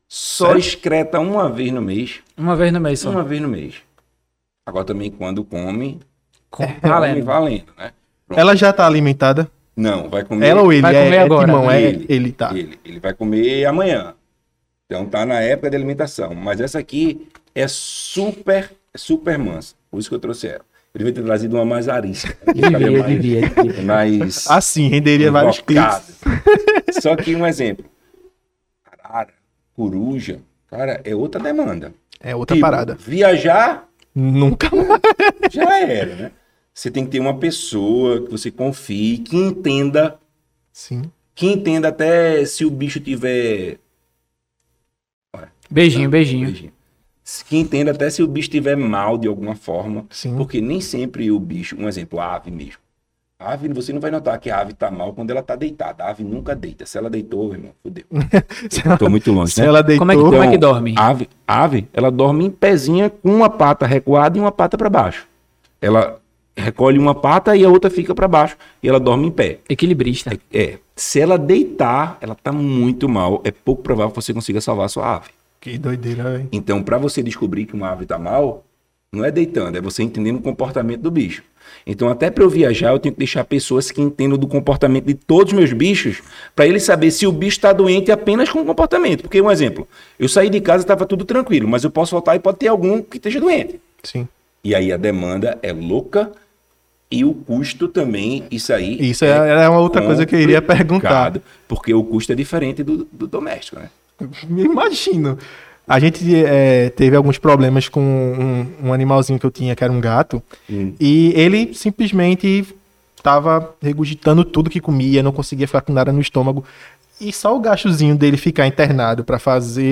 Speaker 5: Só excreta uma vez no mês.
Speaker 4: Uma vez no mês só.
Speaker 5: Uma vez no mês. Agora também quando come,
Speaker 4: Valendo.
Speaker 5: valendo, né?
Speaker 3: Ela já tá alimentada?
Speaker 5: Não, vai comer.
Speaker 3: Ela ou ele?
Speaker 4: Vai comer agora.
Speaker 3: Timão,
Speaker 5: Ele.
Speaker 3: ele tá.
Speaker 5: Ele vai comer amanhã. Então tá na época de alimentação. Mas essa aqui é super mansa. Por isso que eu trouxe ela. Eu devia ter trazido uma mais arisca.
Speaker 4: Devia.
Speaker 5: Mais
Speaker 3: Assim, renderia vários
Speaker 5: invocada.
Speaker 3: clipes.
Speaker 5: Só que um exemplo. Arara, coruja, cara, é outra demanda.
Speaker 3: É outra
Speaker 5: Tipo,
Speaker 3: parada.
Speaker 5: Viajar
Speaker 3: Nunca mais.
Speaker 5: já era, né? Você tem que ter uma pessoa que você confie, que entenda
Speaker 3: Sim.
Speaker 5: até se o bicho tiver...
Speaker 4: Beijinho.
Speaker 5: Que entenda até se o bicho tiver mal de alguma forma.
Speaker 3: Sim.
Speaker 5: Porque nem sempre o bicho, um exemplo, a ave mesmo. A ave, você não vai notar que a ave tá mal quando ela tá deitada. A ave nunca deita. Se ela deitou, irmão, fodeu. Tô muito longe,
Speaker 3: Se
Speaker 5: né?
Speaker 3: ela deitou...
Speaker 4: Como é que dorme?
Speaker 5: Ave, ela dorme em pezinha com uma pata recuada e uma pata para baixo. Ela recolhe uma pata e a outra fica para baixo. E ela dorme em pé.
Speaker 4: Equilibrista.
Speaker 5: Se ela deitar, ela tá muito mal. É pouco provável que você consiga salvar a sua ave.
Speaker 3: Que doideira, velho.
Speaker 5: Então, para você descobrir que uma ave tá mal, não é deitando, é você entendendo o comportamento do bicho. Então, até para eu viajar, eu tenho que deixar pessoas que entendam do comportamento de todos os meus bichos, para ele saber se o bicho está doente apenas com o comportamento. Porque, um exemplo, eu saí de casa e estava tudo tranquilo, mas eu posso voltar e pode ter algum que esteja doente.
Speaker 3: Sim.
Speaker 5: E aí a demanda é louca e o custo também, isso aí...
Speaker 3: Isso é uma outra coisa que eu iria perguntar.
Speaker 5: complicado, porque o custo é diferente do doméstico, né?
Speaker 3: Me imagino. A gente teve alguns problemas com um animalzinho que eu tinha, que era um gato, e ele simplesmente tava regurgitando tudo que comia, não conseguia ficar com nada no estômago. E só o gastozinho dele ficar internado para fazer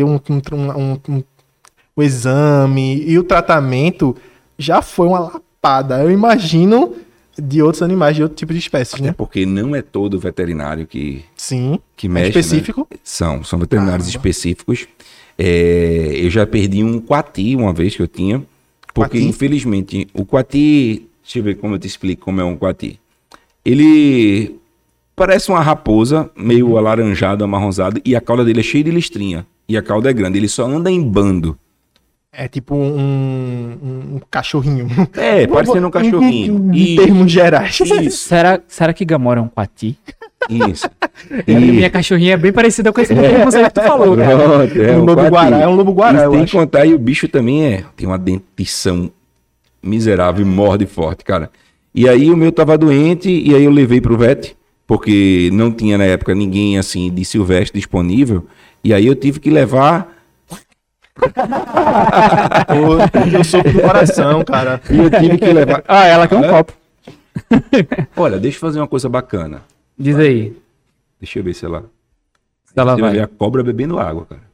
Speaker 3: o exame e o tratamento já foi uma lapada. Eu imagino de outros animais, de outro tipo de espécies,
Speaker 5: Até
Speaker 3: né?
Speaker 5: porque não é todo veterinário que
Speaker 3: Sim.
Speaker 5: mexe,
Speaker 3: específico?
Speaker 5: né? São veterinários
Speaker 3: Caramba.
Speaker 5: específicos. Eu já perdi um coati uma vez que eu tinha, porque
Speaker 3: Coati?
Speaker 5: infelizmente o coati, deixa eu ver como eu te explico como é um coati. Ele parece uma raposa, meio alaranjado, amarronzado, e a cauda dele é cheia de listrinha. E a cauda é grande, ele só anda em bando.
Speaker 3: É tipo um cachorrinho.
Speaker 5: Parecendo um cachorrinho.
Speaker 3: Em termos gerais.
Speaker 5: Isso,
Speaker 4: Será que Gamora é um coati?
Speaker 5: isso.
Speaker 4: Minha cachorrinha é bem parecida com esse que tu falou, cara.
Speaker 5: Pronto,
Speaker 3: Um lobo-guará, é um lobo-guará, eu
Speaker 5: Tem
Speaker 3: acho.
Speaker 5: que contar, e o bicho também tem uma dentição miserável e morde forte, cara. E aí o meu tava doente, e aí eu levei pro vet, porque não tinha na época ninguém assim de silvestre disponível, e aí eu tive que levar,
Speaker 3: Eu sou do coração, cara.
Speaker 5: e eu tive que levar.
Speaker 4: Ela quer um copo.
Speaker 5: Olha, deixa eu fazer uma coisa bacana.
Speaker 4: Diz aí.
Speaker 5: Deixa eu ver se ela...
Speaker 4: Se ela
Speaker 5: Você vai
Speaker 4: vai.
Speaker 5: ver a cobra bebendo água, cara.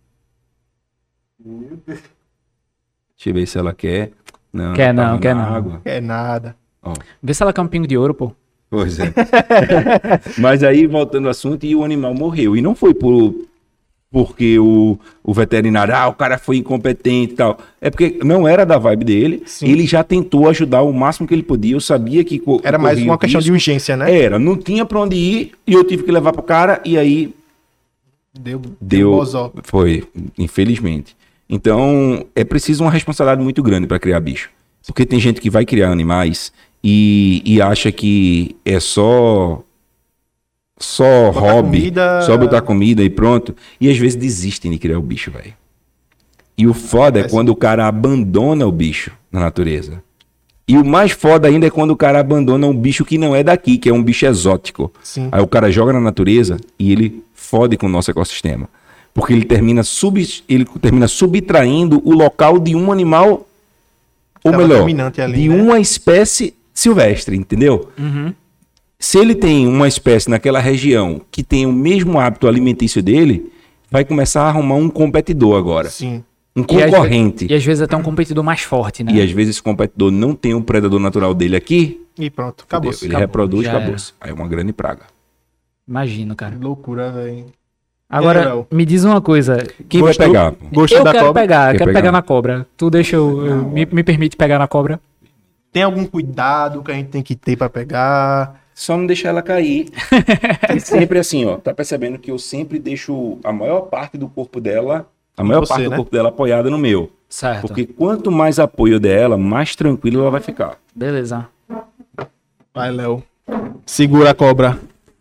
Speaker 5: Deixa eu ver se ela quer. Não,
Speaker 4: Quer
Speaker 5: ela
Speaker 4: não,
Speaker 5: tava
Speaker 4: quer
Speaker 5: na
Speaker 4: não.
Speaker 5: água.
Speaker 3: É nada.
Speaker 5: Ó.
Speaker 4: Vê se ela quer um pingo de ouro, pô.
Speaker 5: Pois é. Mas aí, voltando ao assunto, e o animal morreu. E não foi porque o veterinário, o cara foi incompetente e tal. É porque não era da vibe dele.
Speaker 3: Sim.
Speaker 5: Ele já tentou ajudar o máximo que ele podia. Eu sabia que
Speaker 3: Era mais
Speaker 5: corria
Speaker 3: uma questão de
Speaker 5: risco.
Speaker 3: urgência, né?
Speaker 5: Era, não tinha pra onde ir. E eu tive que levar pro cara. E aí
Speaker 3: Deu bozó.
Speaker 5: foi, infelizmente. Então, é preciso uma responsabilidade muito grande para criar bicho. Porque tem gente que vai criar animais e acha que é só hobby,
Speaker 3: comida.
Speaker 5: só botar comida e pronto. E às vezes desistem de criar o bicho, velho. E o foda é quando o cara abandona o bicho na natureza. E o mais foda ainda é quando o cara abandona um bicho que não é daqui, que é um bicho exótico.
Speaker 3: Sim.
Speaker 5: Aí o cara joga na natureza e ele fode com o nosso ecossistema. Porque ele termina subtraindo o local de um animal, ou
Speaker 3: Tava
Speaker 5: melhor,
Speaker 3: dominante ali,
Speaker 5: de
Speaker 3: né?
Speaker 5: uma espécie silvestre, entendeu? Se ele tem uma espécie naquela região que tem o mesmo hábito alimentício dele, vai começar a arrumar um competidor agora.
Speaker 3: Sim.
Speaker 5: Um concorrente.
Speaker 4: E às vezes até um competidor mais forte, né?
Speaker 5: E às vezes esse competidor não tem um predador natural dele aqui,
Speaker 3: E pronto, acabou.
Speaker 5: entendeu? Ele reproduz,
Speaker 4: já
Speaker 5: acabou. Aí é uma grande praga.
Speaker 4: Imagino, cara.
Speaker 3: Loucura, velho.
Speaker 4: Agora,
Speaker 3: Léo?
Speaker 4: me diz uma coisa.
Speaker 5: Quem
Speaker 3: Gostou?
Speaker 5: vai pegar? Pô?
Speaker 3: Gostou
Speaker 4: Eu
Speaker 3: da
Speaker 4: quero
Speaker 3: cobra?
Speaker 4: pegar,
Speaker 5: Quer
Speaker 4: quero
Speaker 5: pegar?
Speaker 4: pegar na cobra. Tu deixa me permite pegar na cobra?
Speaker 3: Tem algum cuidado que a gente tem que ter pra pegar?
Speaker 5: Só não deixar ela cair. E sempre assim, ó. Tá percebendo que eu sempre deixo a maior parte do corpo dela, corpo dela apoiada no meu.
Speaker 4: Certo.
Speaker 5: Porque quanto mais apoio dela, mais tranquila ela vai ficar.
Speaker 4: Beleza.
Speaker 3: Vai, Léo. Segura a cobra.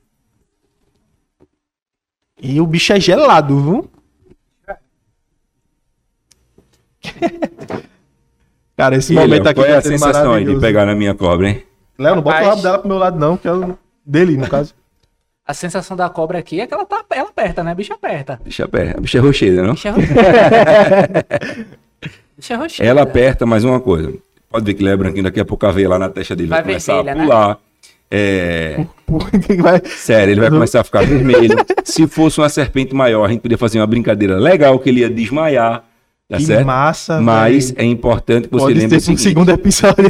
Speaker 3: E o bicho é gelado, viu? Cara, esse momento aqui
Speaker 5: qual é
Speaker 3: tá
Speaker 5: a
Speaker 3: sendo
Speaker 5: sensação aí de
Speaker 3: maravilhoso.
Speaker 5: pegar na minha cobra, hein?
Speaker 3: Léo, não bota o
Speaker 4: Rapaz.
Speaker 3: rabo dela pro meu lado não, que é o dele, no caso.
Speaker 4: A sensação da cobra aqui é que ela aperta, né? A bicha aperta.
Speaker 5: A bicha é rocheira, não?
Speaker 4: Bicha rocheira. Bicha rocheira.
Speaker 5: Ela aperta, mais uma coisa. Pode ver que ele é branquinho, daqui a pouco a veia lá na testa dele vai
Speaker 4: Vai
Speaker 5: começar
Speaker 4: vermelha,
Speaker 5: a
Speaker 4: né?
Speaker 5: pular.
Speaker 3: Que vai...
Speaker 5: Sério, ele vai começar a ficar vermelho. Se fosse uma serpente maior, a gente podia fazer uma brincadeira legal, que ele ia desmaiar, tá
Speaker 3: Que
Speaker 5: certo?
Speaker 3: massa,
Speaker 5: Mas
Speaker 3: velho.
Speaker 5: é importante que você
Speaker 3: Pode
Speaker 5: lembre o
Speaker 3: ter um
Speaker 5: seguinte.
Speaker 3: segundo episódio.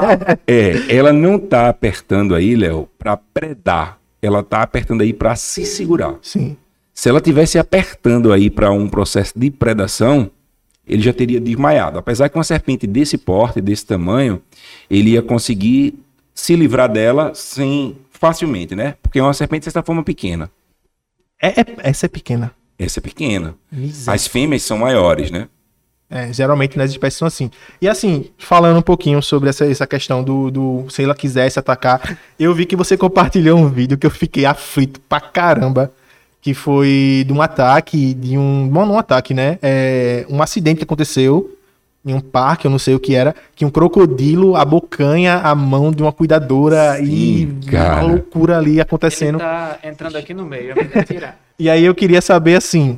Speaker 5: Ela não tá apertando aí, Léo, pra predar. Ela tá apertando aí pra se segurar.
Speaker 3: Sim.
Speaker 5: Se ela tivesse apertando aí para um processo de predação, ele já teria desmaiado. Apesar que uma serpente desse porte, desse tamanho, ele ia conseguir se livrar dela facilmente, né? Porque é uma serpente de certa forma pequena.
Speaker 3: Essa é pequena.
Speaker 5: Essa é pequena.
Speaker 3: Miséria.
Speaker 5: As fêmeas são maiores, né?
Speaker 3: Geralmente nas espécies são assim. E assim, falando um pouquinho sobre essa questão se ela quisesse atacar, eu vi que você compartilhou um vídeo que eu fiquei aflito pra caramba, que foi de um ataque, não um ataque, né? Um acidente que aconteceu em um parque, eu não sei o que era, que um crocodilo abocanha a mão de uma cuidadora.
Speaker 5: Sim,
Speaker 3: e
Speaker 5: cara.
Speaker 3: uma loucura ali acontecendo.
Speaker 4: Ele tá entrando aqui no meio, eu vou tirar.
Speaker 3: E aí eu queria saber, assim,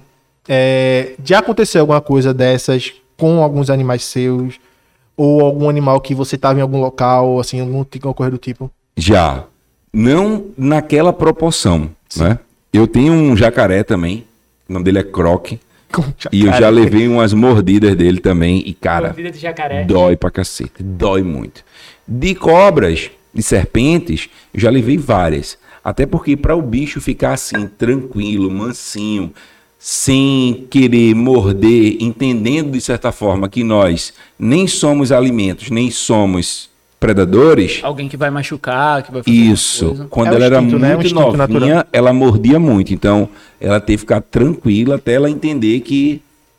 Speaker 3: já aconteceu alguma coisa dessas com alguns animais seus? Ou algum animal que você estava em algum local, assim, alguma coisa do tipo?
Speaker 5: Já. Não naquela proporção, né? Eu tenho um jacaré também, o nome dele é Croque, e eu já levei umas mordidas dele também, e cara,
Speaker 4: Mordida de jacaré.
Speaker 5: dói pra cacete, dói muito. De cobras, de serpentes, eu já levei várias. Até porque para o bicho ficar assim, tranquilo, mansinho, sem querer morder, entendendo de certa forma que nós nem somos alimentos, nem somos predadores.
Speaker 4: Alguém que vai machucar, que vai fazer
Speaker 5: Isso.
Speaker 4: alguma coisa.
Speaker 5: Quando
Speaker 3: É o
Speaker 5: ela era
Speaker 3: instinto, né? O
Speaker 5: muito
Speaker 3: instinto
Speaker 5: novinha,
Speaker 3: natural.
Speaker 5: ela mordia muito. Então, ela teve que ficar tranquila até ela entender que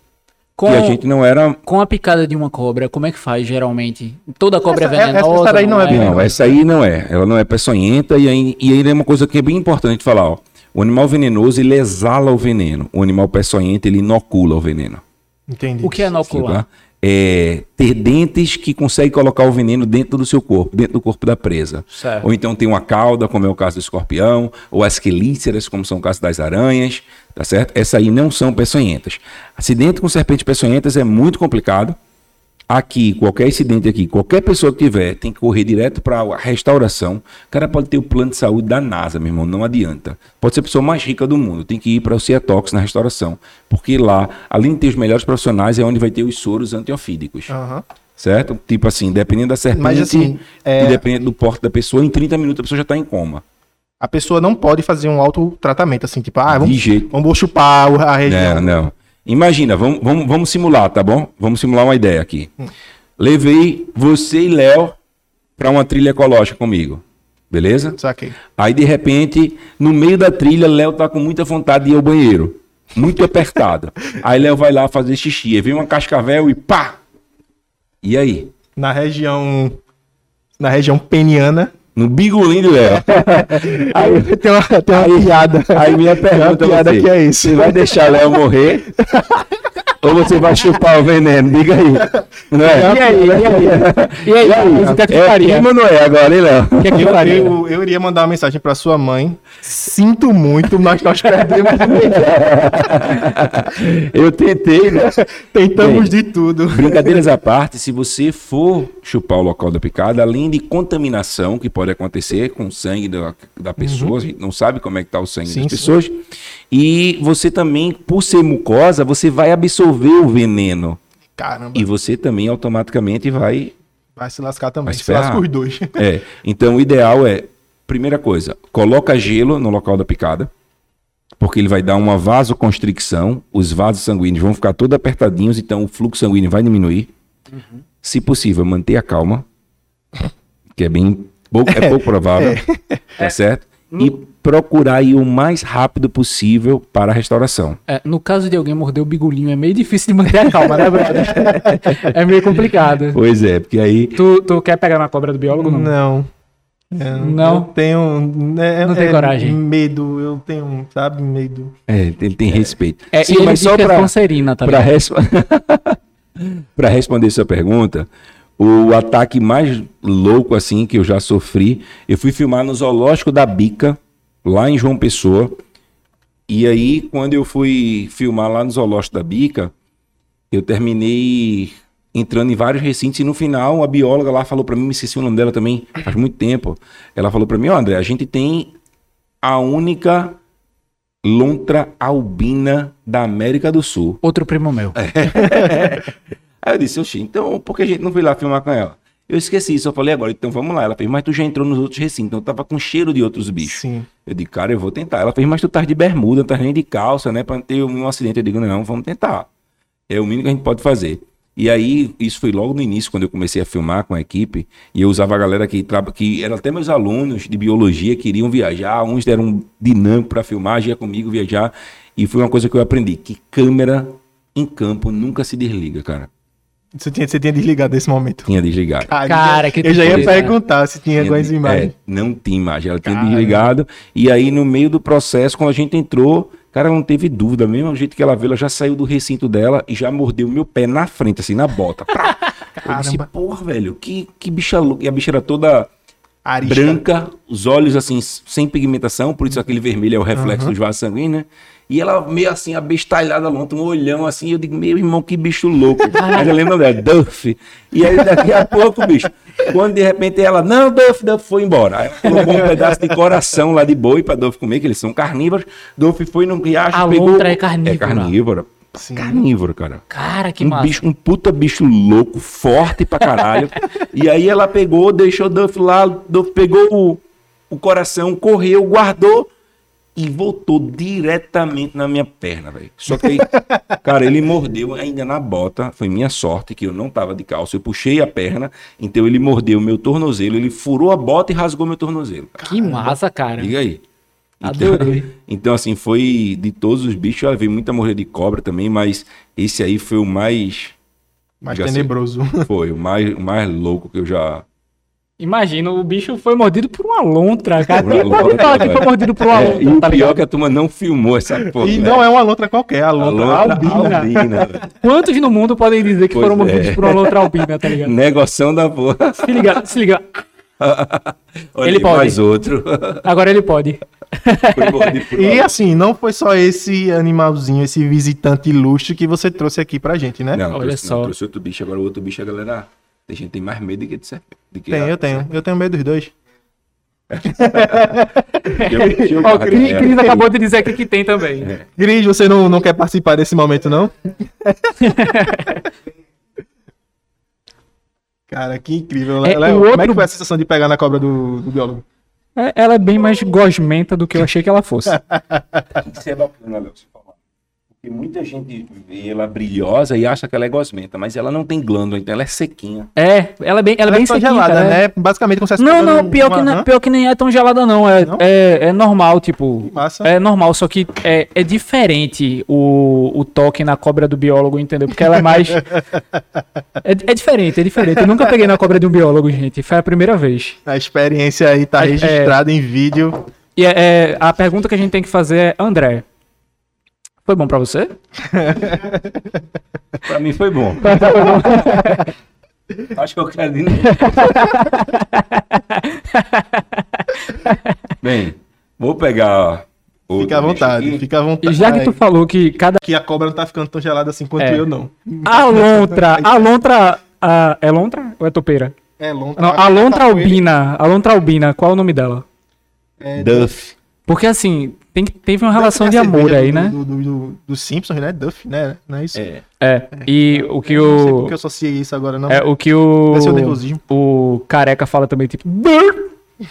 Speaker 5: a gente não era...
Speaker 4: Com a picada de uma cobra, como é que faz geralmente? Toda cobra
Speaker 3: Essa-
Speaker 4: é venenosa?
Speaker 3: essa daí não é
Speaker 5: Não, essa aí não é. Ela não é peçonhenta e ainda é uma coisa que é bem importante falar, ó. O animal venenoso, ele exala o veneno. O animal peçonhento, ele inocula o veneno.
Speaker 3: Entendi.
Speaker 4: O que é inocular?
Speaker 5: Tá? É ter dentes que conseguem colocar o veneno dentro do seu corpo, dentro do corpo da presa.
Speaker 4: Certo.
Speaker 5: Ou então tem uma cauda, como é o caso do escorpião, ou as quelíceras, como são o caso das aranhas, tá certo? Essas aí não são peçonhentas. Acidente com serpentes peçonhentas é muito complicado. Aqui, qualquer acidente aqui, qualquer pessoa que tiver, tem que correr direto para a restauração. O cara pode ter o plano de saúde da NASA, meu irmão, não adianta. Pode ser a pessoa mais rica do mundo, tem que ir para o Cietox na restauração. Porque lá, além de ter os melhores profissionais, é onde vai ter os soros antiofídicos.
Speaker 3: Aham.
Speaker 5: Certo? Tipo assim, dependendo da serpente
Speaker 3: Mas, assim,
Speaker 5: e dependendo do porte da pessoa, em 30 minutos a pessoa já está em coma.
Speaker 3: A pessoa não pode fazer um autotratamento, assim, tipo,
Speaker 5: De
Speaker 3: vamos,
Speaker 5: jeito.
Speaker 3: vamos chupar a região.
Speaker 5: Não. Imagina, vamos simular, tá bom? Vamos simular uma ideia aqui. Levei você e Léo para uma trilha ecológica comigo. Beleza?
Speaker 3: Saquei.
Speaker 5: Aí, de repente, no meio da trilha, Léo tá com muita vontade de ir ao banheiro. Muito apertado. Aí Léo vai lá fazer xixi. Aí vem uma cascavel e pá! E aí?
Speaker 3: Na região peniana.
Speaker 5: No bigolim de Léo.
Speaker 3: Aí tem uma piada.
Speaker 5: Aí minha
Speaker 3: Tem uma
Speaker 5: pergunta
Speaker 3: piada
Speaker 5: você,
Speaker 3: que é isso.
Speaker 5: você vai deixar Léo morrer? Ou você vai chupar o veneno? Diga aí. Não é?
Speaker 4: E aí? O que é que
Speaker 5: É
Speaker 4: faria?
Speaker 5: prima ou não é agora, hein, Léo?
Speaker 4: O que é que faria?
Speaker 3: Eu iria mandar uma mensagem pra sua mãe. Sinto muito, mas nós perdemos.
Speaker 5: Eu tentei, né?
Speaker 3: Tentamos
Speaker 5: Bem,
Speaker 3: de tudo.
Speaker 5: Brincadeiras à parte, se você for chupar o local da picada, além de contaminação que pode acontecer com o sangue da pessoa, a gente não sabe como é que tá o sangue
Speaker 3: Sim,
Speaker 5: das
Speaker 3: sim.
Speaker 5: pessoas, e você também, por ser mucosa, você vai absorver o veneno.
Speaker 3: Caramba.
Speaker 5: E você também automaticamente vai...
Speaker 3: Vai se lascar também.
Speaker 5: Vai se
Speaker 3: Se lasca
Speaker 5: ferrar.
Speaker 3: os dois.
Speaker 5: Então o ideal é, primeira coisa, coloca gelo no local da picada, porque ele vai dar uma vasoconstricção, os vasos sanguíneos vão ficar todos apertadinhos, então o fluxo sanguíneo vai diminuir. Se possível, manter a calma, que é bem É pouco provável, tá certo? E procurar ir o mais rápido possível para a restauração.
Speaker 4: No caso de alguém morder o bigolinho, é meio difícil de manter a calma, né, brother? É meio complicado.
Speaker 5: Pois é, porque aí...
Speaker 4: Tu quer pegar na cobra do biólogo, não?
Speaker 3: Não.
Speaker 4: Não?
Speaker 3: Eu tenho...
Speaker 4: Não tem coragem.
Speaker 3: Medo, eu tenho, sabe, medo.
Speaker 5: Ele tem respeito.
Speaker 4: E ele
Speaker 5: mas
Speaker 4: diz
Speaker 5: só
Speaker 4: que é
Speaker 5: para
Speaker 4: Sonserina, tá
Speaker 5: Para
Speaker 4: ligado?
Speaker 5: responder sua pergunta, o ataque mais louco assim que eu já sofri, eu fui filmar no Zoológico da Bica, lá em João Pessoa. E aí, quando eu fui filmar lá no Zoológico da Bica, eu terminei entrando em vários recintos e no final a bióloga lá falou para mim, me esqueci o nome dela também, faz muito tempo. Ela falou para mim, André, a gente tem a única lontra albina da América do Sul.
Speaker 4: Outro primo meu.
Speaker 5: Aí eu disse, oxi, então por que a gente não foi lá filmar com ela? Eu esqueci isso, eu falei agora, então vamos lá. Ela fez, mas tu já entrou nos outros recintos, então eu tava com cheiro de outros bichos.
Speaker 3: Sim.
Speaker 5: Eu digo, cara, eu vou tentar. Ela fez, mas tu tá de bermuda, não tá nem de calça, né, pra não ter um acidente. Eu digo, não, vamos tentar. É o mínimo que a gente pode fazer. E aí, isso foi logo no início, quando eu comecei a filmar com a equipe, e eu usava a galera que eram até meus alunos de biologia, que iriam viajar, uns deram dinâmico para filmar, ia comigo viajar, e foi uma coisa que eu aprendi, que câmera em campo nunca se desliga, cara.
Speaker 3: Você tinha desligado nesse momento.
Speaker 5: Tinha desligado.
Speaker 4: Cara, que
Speaker 3: eu já ia
Speaker 4: tristeza.
Speaker 3: perguntar se tinha algumas imagens.
Speaker 5: Não tinha imagem, ela tinha desligado, e aí no meio do processo, quando a gente entrou, cara, não teve dúvida, mesmo do jeito que ela veio, ela já saiu do recinto dela e já mordeu meu pé na frente, assim, na bota. Eu disse, porra, velho, que bicha louca. E a bicha era toda
Speaker 3: Arisca.
Speaker 5: branca, os olhos, assim, sem pigmentação, por isso aquele vermelho é o reflexo dos vasos sanguíneos, né? E ela meio assim, abestalhada longe, um olhão assim, eu digo, meu irmão, que bicho louco. Aí eu lembro dela, Duff. E aí daqui a pouco, bicho, quando de repente ela, não, Duff foi embora. Aí ela colocou um pedaço de coração lá de boi pra Duff comer, que eles são carnívoros. Duff foi num riacho,
Speaker 4: A
Speaker 5: pegou...
Speaker 4: lontra é carnívora.
Speaker 5: É carnívora.
Speaker 3: Sim.
Speaker 5: Carnívoro, cara.
Speaker 4: Cara, que
Speaker 5: Um
Speaker 4: massa.
Speaker 5: bicho, um puta bicho louco, forte pra caralho. E aí ela pegou, deixou o Duff lá, Duff pegou o coração, correu, guardou e voltou diretamente na minha perna, velho. Só que aí, cara, ele mordeu ainda na bota. Foi minha sorte que eu não tava de calça. Eu puxei a perna, então ele mordeu o meu tornozelo, ele furou a bota e rasgou meu tornozelo.
Speaker 4: Que massa, cara.
Speaker 5: Liga aí.
Speaker 4: Adorei.
Speaker 5: Então, assim, foi de todos os bichos, eu vi muita morrer de cobra também, mas esse aí foi o mais...
Speaker 3: Mais
Speaker 5: já sei,
Speaker 3: tenebroso.
Speaker 5: foi o mais louco que eu já...
Speaker 4: Imagina, o bicho foi mordido por uma lontra, cara.
Speaker 5: Por
Speaker 4: Quem
Speaker 5: uma
Speaker 4: pode
Speaker 5: lontra,
Speaker 4: falar que
Speaker 5: velho.
Speaker 4: foi mordido por uma
Speaker 5: E
Speaker 4: lontra,
Speaker 5: o
Speaker 4: tá
Speaker 5: pior
Speaker 4: ligado?
Speaker 5: é que a turma não filmou essa porra.
Speaker 3: E
Speaker 5: né?
Speaker 3: não é uma lontra qualquer, a
Speaker 5: A
Speaker 3: lontra
Speaker 5: lontra
Speaker 3: albina.
Speaker 5: albina, velho.
Speaker 4: Quantos no mundo podem dizer que
Speaker 5: Pois
Speaker 4: foram mordidos
Speaker 5: é.
Speaker 4: por uma lontra albina, tá ligado?
Speaker 5: Negoção da porra.
Speaker 4: Se liga, se liga.
Speaker 5: Olha
Speaker 4: Ele
Speaker 5: aí,
Speaker 4: pode.
Speaker 5: mais outro.
Speaker 4: Agora ele pode.
Speaker 5: Foi mordido por
Speaker 3: E
Speaker 5: uma-
Speaker 3: assim, não foi só esse animalzinho, esse visitante ilustre que você trouxe aqui pra gente, né?
Speaker 5: Não,
Speaker 4: Olha
Speaker 5: trouxe,
Speaker 4: só.
Speaker 5: não, trouxe outro bicho. Agora o outro bicho, a galera... Tem gente que tem mais medo do que de serpente.
Speaker 3: Eu tenho medo dos dois.
Speaker 4: Ó, o Cris acabou de dizer aqui que tem também.
Speaker 3: Gris, você não quer participar desse momento, não? Cara, que incrível.
Speaker 4: É,
Speaker 3: Léo,
Speaker 4: o
Speaker 3: como é
Speaker 4: outro-
Speaker 3: que foi a sensação de pegar na cobra do biólogo?
Speaker 4: Ela é bem mais gosmenta do que eu achei que ela fosse.
Speaker 5: Isso é bacana, Léo, você falar. Porque muita gente vê ela brilhosa e acha que ela é gosmenta, mas ela não tem glândula, então ela é sequinha.
Speaker 4: Ela é bem
Speaker 3: só
Speaker 4: sequinha,
Speaker 3: gelada,
Speaker 4: cara,
Speaker 3: né? Basicamente como se fosse
Speaker 4: Não,
Speaker 3: pegando
Speaker 4: não, pior que,
Speaker 3: uma rã.
Speaker 4: pior que nem é tão gelada, não.
Speaker 3: Não?
Speaker 4: É normal, tipo.
Speaker 3: Que massa.
Speaker 4: É normal, só que é diferente o toque na cobra do biólogo, entendeu? Porque ela é mais. É diferente, é diferente. Eu nunca peguei na cobra de um biólogo, gente. Foi a primeira vez.
Speaker 3: A experiência aí tá registrada em vídeo.
Speaker 4: E a pergunta que a gente tem que fazer é: André, foi bom pra você?
Speaker 5: Pra mim foi bom. Acho que eu quero de novo. Bem, vou pegar outro
Speaker 3: Fica à
Speaker 5: bicho
Speaker 3: vontade,
Speaker 5: aqui.
Speaker 3: fica à vontade.
Speaker 4: E já que tu falou que cada.
Speaker 3: Que a cobra não tá ficando tão gelada assim quanto
Speaker 4: É.
Speaker 3: eu, não.
Speaker 4: A lontra. É lontra ou é topeira?
Speaker 3: É lontra.
Speaker 4: Não, a lontra albina, qual é o nome dela?
Speaker 5: Duff.
Speaker 4: Porque assim, teve uma relação de amor aí, né?
Speaker 3: Do Simpsons, né? Duff, né? Não é isso?
Speaker 5: É.
Speaker 4: E o que
Speaker 3: Eu não sei
Speaker 4: o.
Speaker 3: porque eu associei isso agora, não.
Speaker 4: É o que
Speaker 3: Deve ser o nervosismo.
Speaker 4: o careca fala também, tipo. "Brr".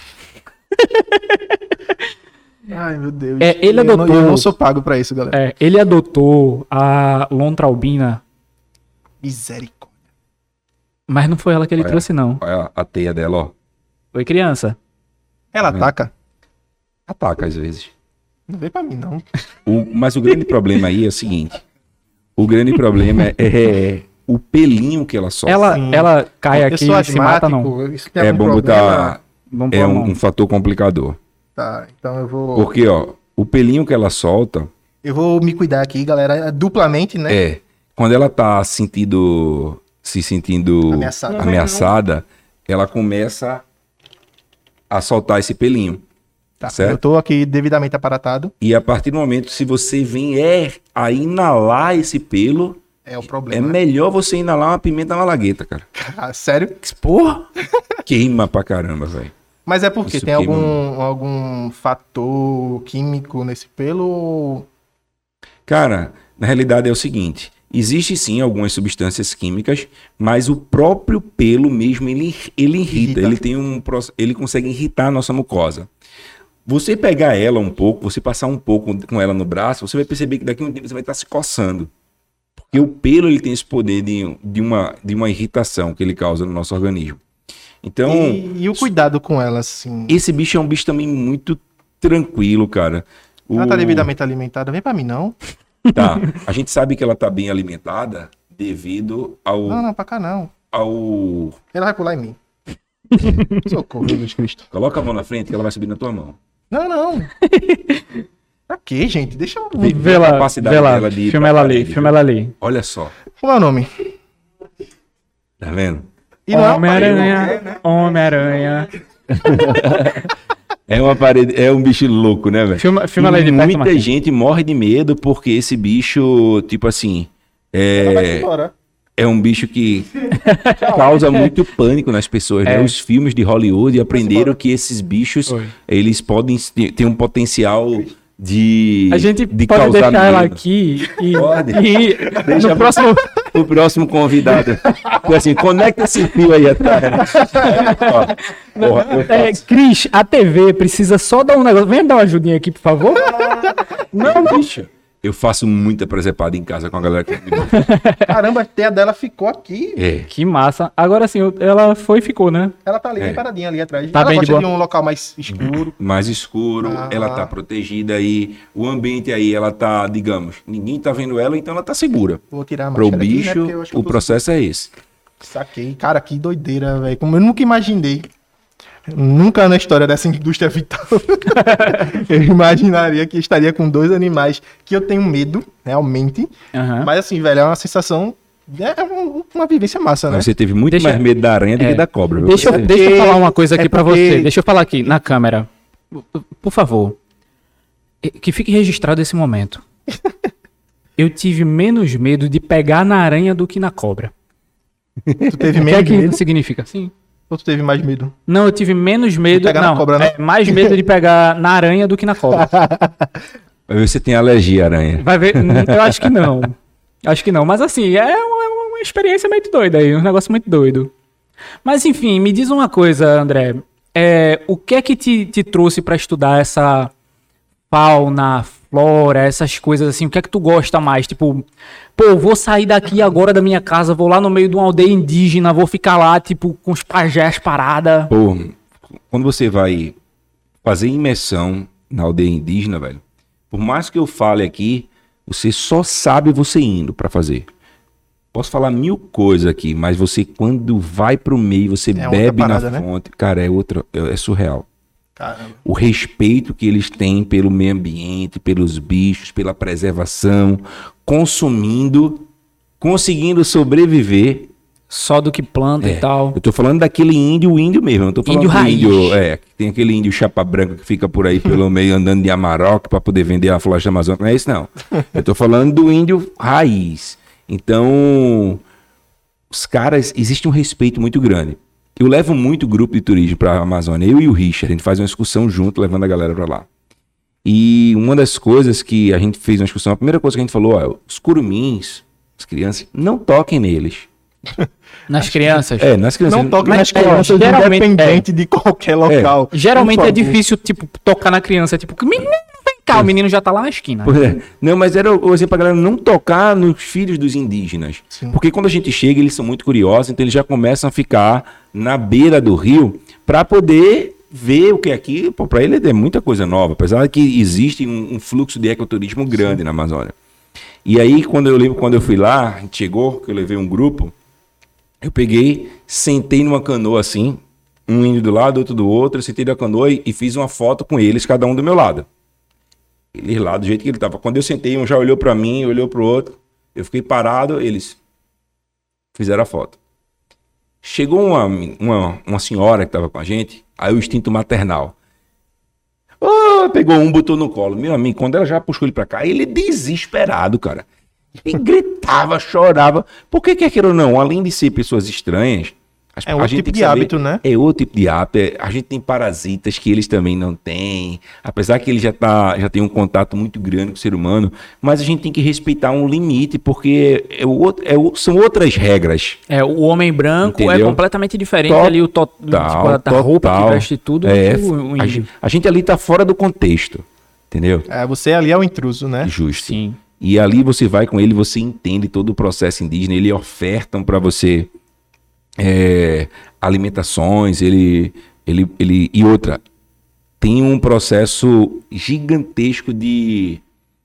Speaker 3: Ai, meu Deus.
Speaker 4: Ele
Speaker 3: eu
Speaker 4: adotou-
Speaker 3: não sou pago pra isso, galera.
Speaker 4: Ele adotou a lontra albina,
Speaker 3: Misericórdia.
Speaker 4: mas não foi ela que ele
Speaker 5: Olha.
Speaker 4: trouxe, não.
Speaker 5: Olha a teia dela, ó.
Speaker 4: Oi, criança.
Speaker 3: Ela ataca.
Speaker 5: Ataca às vezes.
Speaker 3: Não vem pra mim, não.
Speaker 5: Mas o grande problema aí é o seguinte. O grande problema é o pelinho que ela solta.
Speaker 4: Ela cai
Speaker 3: Eu
Speaker 4: aqui
Speaker 3: sou
Speaker 4: e se mata, não.
Speaker 3: asmático. Isso tem
Speaker 5: É
Speaker 3: algum
Speaker 5: bom
Speaker 3: problema?
Speaker 5: botar...
Speaker 4: Vamos
Speaker 5: É
Speaker 4: pôr a mão.
Speaker 5: um fator complicador.
Speaker 3: Tá, então eu vou...
Speaker 5: Porque, ó, o pelinho que ela solta
Speaker 3: Eu vou me cuidar aqui, galera, duplamente, né?
Speaker 5: é... Quando ela tá se sentindo
Speaker 3: Ameaçada.
Speaker 5: ela começa a soltar esse pelinho.
Speaker 3: Tá,
Speaker 5: certo?
Speaker 3: eu tô aqui devidamente aparatado.
Speaker 5: E a partir do momento, se você vem a inalar esse pelo,
Speaker 3: É o
Speaker 5: é
Speaker 3: problema.
Speaker 5: melhor você inalar uma pimenta malagueta, cara.
Speaker 3: Ah, sério?
Speaker 4: Porra!
Speaker 5: Queima pra caramba, velho.
Speaker 3: Mas é porque
Speaker 5: Isso
Speaker 3: tem
Speaker 5: queima
Speaker 3: algum fator químico nesse pelo? Ou-
Speaker 5: Cara, na realidade é o seguinte, existe sim algumas substâncias químicas, mas o próprio pelo mesmo, ele irrita. Ele tem ele consegue irritar a nossa mucosa. Você pegar ela um pouco, você passar um pouco com ela no braço, você vai perceber que daqui a um tempo você vai estar se coçando. Porque o pelo, ele tem esse poder de uma irritação que ele causa no nosso organismo. Então,
Speaker 3: E o cuidado com ela, assim?
Speaker 5: esse bicho é um bicho também muito tranquilo, cara.
Speaker 3: Ela tá devidamente alimentada? Vem pra mim, não.
Speaker 5: Tá. A gente sabe que ela tá bem alimentada devido
Speaker 3: Não, pra cá não.
Speaker 5: ao...
Speaker 3: Ela vai pular em mim. Socorro, Jesus Cristo.
Speaker 5: Coloca a mão na frente que ela vai subir na tua mão.
Speaker 3: Não. Pra quê, gente? Deixa eu...
Speaker 4: Vê lá,
Speaker 5: capacidade
Speaker 4: vê lá.
Speaker 5: dela de ir
Speaker 4: Filma
Speaker 5: pra
Speaker 4: ela ali,
Speaker 5: parede,
Speaker 4: filma ela ali.
Speaker 5: Olha só.
Speaker 3: Como é o nome?
Speaker 5: Tá vendo?
Speaker 3: E não é uma
Speaker 4: Homem-Aranha, Homem-Aranha.
Speaker 5: É uma parede, é um bicho louco, né, velho?
Speaker 4: Filma
Speaker 5: E
Speaker 4: ela aí de perto,
Speaker 5: muita
Speaker 4: Marquinhos.
Speaker 5: gente morre de medo porque esse bicho, tipo assim,
Speaker 3: Ela vai embora.
Speaker 5: é um bicho que causa muito pânico nas pessoas, né?
Speaker 4: É.
Speaker 5: Os filmes de Hollywood aprenderam que esses bichos,
Speaker 4: Oi.
Speaker 5: eles podem ter um potencial de
Speaker 4: A gente
Speaker 5: de
Speaker 4: pode
Speaker 5: causar
Speaker 4: deixar ela
Speaker 5: medo.
Speaker 4: aqui
Speaker 5: Pode.
Speaker 4: e no próximo...
Speaker 5: O próximo convidado. Foi assim, conecta esse fio aí atrás. Ó, porra, eu faço.
Speaker 4: Cris, a TV precisa só dar um negócio. Vem dar uma ajudinha aqui, por favor.
Speaker 5: Não, bicho. Eu faço muita presepada em casa com a galera que...
Speaker 3: Caramba, a teia dela ficou aqui.
Speaker 5: É.
Speaker 4: Que massa. Agora sim, ela foi e ficou, né?
Speaker 3: Ela tá ali,
Speaker 5: É.
Speaker 3: bem paradinha ali atrás.
Speaker 4: Tá
Speaker 3: ela
Speaker 4: bem de
Speaker 3: gosta de
Speaker 4: boa.
Speaker 3: um local mais escuro.
Speaker 5: Mais escuro,
Speaker 3: Ah.
Speaker 5: ela tá protegida aí, o ambiente aí, ela tá, digamos, ninguém tá vendo ela, então ela tá segura.
Speaker 3: Vou tirar a
Speaker 5: Pro
Speaker 3: máscara aqui, né,
Speaker 5: bicho,
Speaker 3: porque eu acho que eu
Speaker 5: o
Speaker 3: tô-
Speaker 5: processo é esse.
Speaker 3: Saquei. Cara, que doideira, velho. Como eu nunca imaginei. Nunca na história dessa indústria vital eu imaginaria que estaria com dois animais que eu tenho medo, realmente.
Speaker 4: Aham.
Speaker 3: Mas assim, velho, é uma sensação. É uma vivência massa, né?
Speaker 5: Mas você teve muito
Speaker 4: Deixa-
Speaker 5: mais medo da aranha do
Speaker 4: É.
Speaker 5: que da cobra. viu?
Speaker 4: Deixa eu falar uma coisa aqui
Speaker 3: é
Speaker 4: pra
Speaker 3: porque-
Speaker 4: você. Deixa eu falar aqui na câmera. Por favor. Que fique registrado esse momento. Eu tive menos medo de pegar na aranha do que na cobra.
Speaker 3: Tu teve
Speaker 4: O que é
Speaker 3: menos
Speaker 4: que
Speaker 3: medo
Speaker 4: significa? Sim.
Speaker 3: ou tu teve mais medo?
Speaker 4: Não, eu tive menos medo.
Speaker 3: pegar na
Speaker 4: Não,
Speaker 3: cobra, né?
Speaker 4: mais medo de pegar na aranha do que na cobra.
Speaker 5: Vai ver se você tem alergia à aranha.
Speaker 4: Vai ver? Eu acho que não. Acho que não. Mas assim, é uma experiência muito doida aí, um negócio muito doido. Mas enfim, me diz uma coisa, André. O que é que te trouxe pra estudar essa fauna, flora, essas coisas assim? O que é que tu gosta mais? Tipo, pô, vou sair daqui agora da minha casa, vou lá no meio de uma aldeia indígena, vou ficar lá, tipo, com os pajés parada.
Speaker 5: Pô, quando você vai fazer imersão na aldeia indígena, velho, por mais que eu fale aqui, você só sabe você indo pra fazer. Posso falar 1000 coisas aqui, mas você quando vai pro meio, você
Speaker 3: outra
Speaker 5: bebe
Speaker 3: parada,
Speaker 5: na
Speaker 3: né?
Speaker 5: fonte, cara, é surreal.
Speaker 3: Caramba.
Speaker 5: O respeito que eles têm pelo meio ambiente, pelos bichos, pela preservação, conseguindo sobreviver.
Speaker 4: Só do que planta e tal.
Speaker 5: Eu tô falando daquele índio, o índio mesmo. Eu não tô falando
Speaker 4: Índio
Speaker 5: do
Speaker 4: raiz.
Speaker 5: índio, que tem aquele índio chapa branca que fica por aí pelo meio andando de amarok para poder vender a floresta amazônica. Não é isso, não. Eu tô falando do índio raiz. Então, os caras, existe um respeito muito grande. Eu levo muito grupo de turismo para a Amazônia. Eu e o Richard, a gente faz uma excursão junto, levando a galera para lá. E uma das coisas que a gente fez na excursão, a primeira coisa que a gente falou, os curumins, as crianças, não toquem neles.
Speaker 4: Nas crianças.
Speaker 5: Nas crianças.
Speaker 3: Não toque
Speaker 4: mas,
Speaker 3: nas crianças,
Speaker 4: geralmente-
Speaker 3: independente de qualquer local.
Speaker 4: Geralmente
Speaker 3: Por
Speaker 4: é
Speaker 3: favor.
Speaker 4: difícil, tipo, tocar na criança. Tipo, menino, vem cá, o menino já tá lá na esquina.
Speaker 5: Pois é. Não, mas era o exemplo pra galera não tocar nos filhos dos indígenas.
Speaker 3: Sim.
Speaker 5: Porque quando a gente chega, eles são muito curiosos, então eles já começam a ficar na beira do rio para poder ver o que é aqui. Para ele é muita coisa nova, apesar de que existe um fluxo de ecoturismo grande na Amazônia. E aí, quando eu fui lá, a gente chegou, que eu levei um grupo, eu peguei, sentei numa canoa assim, um índio do lado, outro do outro, eu sentei na canoa e fiz uma foto com eles, cada um do meu lado. Eles lá, do jeito que ele tava. Quando eu sentei, um já olhou para mim, olhou pro outro, eu fiquei parado, eles fizeram a foto. Chegou uma senhora que tava com a gente, aí o instinto maternal. Pegou um, botou no colo. Meu amigo, quando ela já puxou ele pra cá, ele desesperado, cara. E gritava, chorava. Por que quer queira ou não? Além de ser pessoas estranhas,
Speaker 3: É outro tipo de hábito, né?
Speaker 5: É outro tipo de hábito. A gente tem parasitas que eles também não têm. Apesar que ele já tem um contato muito grande com o ser humano. Mas a gente tem que respeitar um limite, porque são outras regras.
Speaker 4: O homem branco
Speaker 5: Entendeu?
Speaker 4: é completamente diferente ali, a roupa que veste tudo. O índio.
Speaker 5: A gente ali tá fora do contexto. Entendeu?
Speaker 3: Você ali é o intruso, né?
Speaker 5: Justo.
Speaker 4: Sim.
Speaker 5: E ali você vai com ele, você entende todo o processo indígena. Ele ofertam para você alimentações, e outra, tem um processo gigantesco de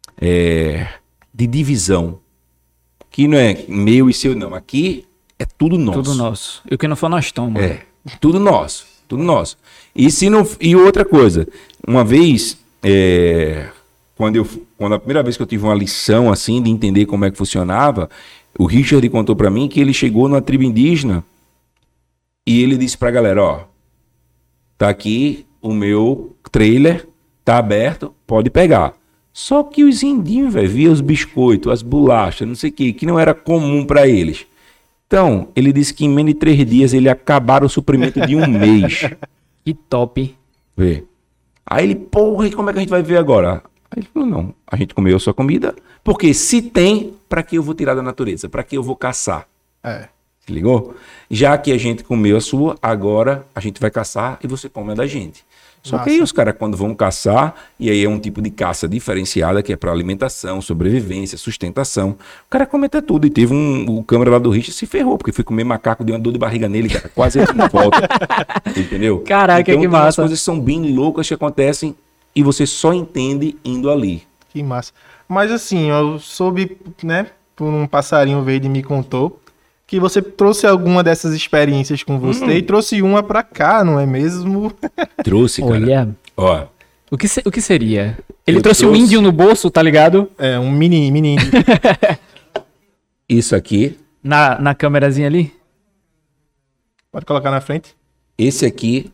Speaker 5: divisão, que não é meu e seu, não, aqui é tudo nosso.
Speaker 4: Tudo nosso. E o que não for nós tomamos.
Speaker 5: Tudo nosso, tudo nosso. E outra coisa, uma vez, quando a primeira vez que eu tive uma lição assim, de entender como é que funcionava, o Richard contou para mim que ele chegou numa tribo indígena e ele disse pra galera, tá aqui o meu trailer, tá aberto, pode pegar. Só que os indinhos, velho, via os biscoitos, as bolachas, não sei o que não era comum pra eles. Então, ele disse que em menos de 3 dias ele acabaram o suprimento de um mês.
Speaker 4: Que top.
Speaker 5: Vê. Aí ele, porra, e como é que a gente vai ver agora? Aí ele falou, não, a gente comeu a sua comida, porque se tem, pra que eu vou tirar da natureza? Pra que eu vou caçar? Se ligou? Já que a gente comeu a sua, agora a gente vai caçar e você come a da gente. Só que aí os caras, quando vão caçar, e aí é um tipo de caça diferenciada, que é para alimentação, sobrevivência, sustentação. O cara come até tudo. E teve o câmera lá do Richard se ferrou, porque foi comer macaco, deu uma dor de barriga nele, cara. Quase ele não volta. Entendeu?
Speaker 4: Caraca,
Speaker 5: então,
Speaker 4: que massa.
Speaker 5: As coisas são bem loucas que acontecem e você só entende indo ali.
Speaker 3: Que massa. Mas assim, eu soube, né, por um passarinho verde me contou, que você trouxe alguma dessas experiências com você e trouxe uma pra cá, não é mesmo?
Speaker 5: Trouxe, cara.
Speaker 4: Olha.
Speaker 5: Ó.
Speaker 4: O que seria? Ele
Speaker 5: Eu
Speaker 4: trouxe um
Speaker 5: trouxe-
Speaker 4: índio no bolso, tá ligado?
Speaker 3: Um mini índio.
Speaker 5: Isso aqui,
Speaker 4: Na câmerazinha ali.
Speaker 3: Pode colocar na frente.
Speaker 5: esse aqui,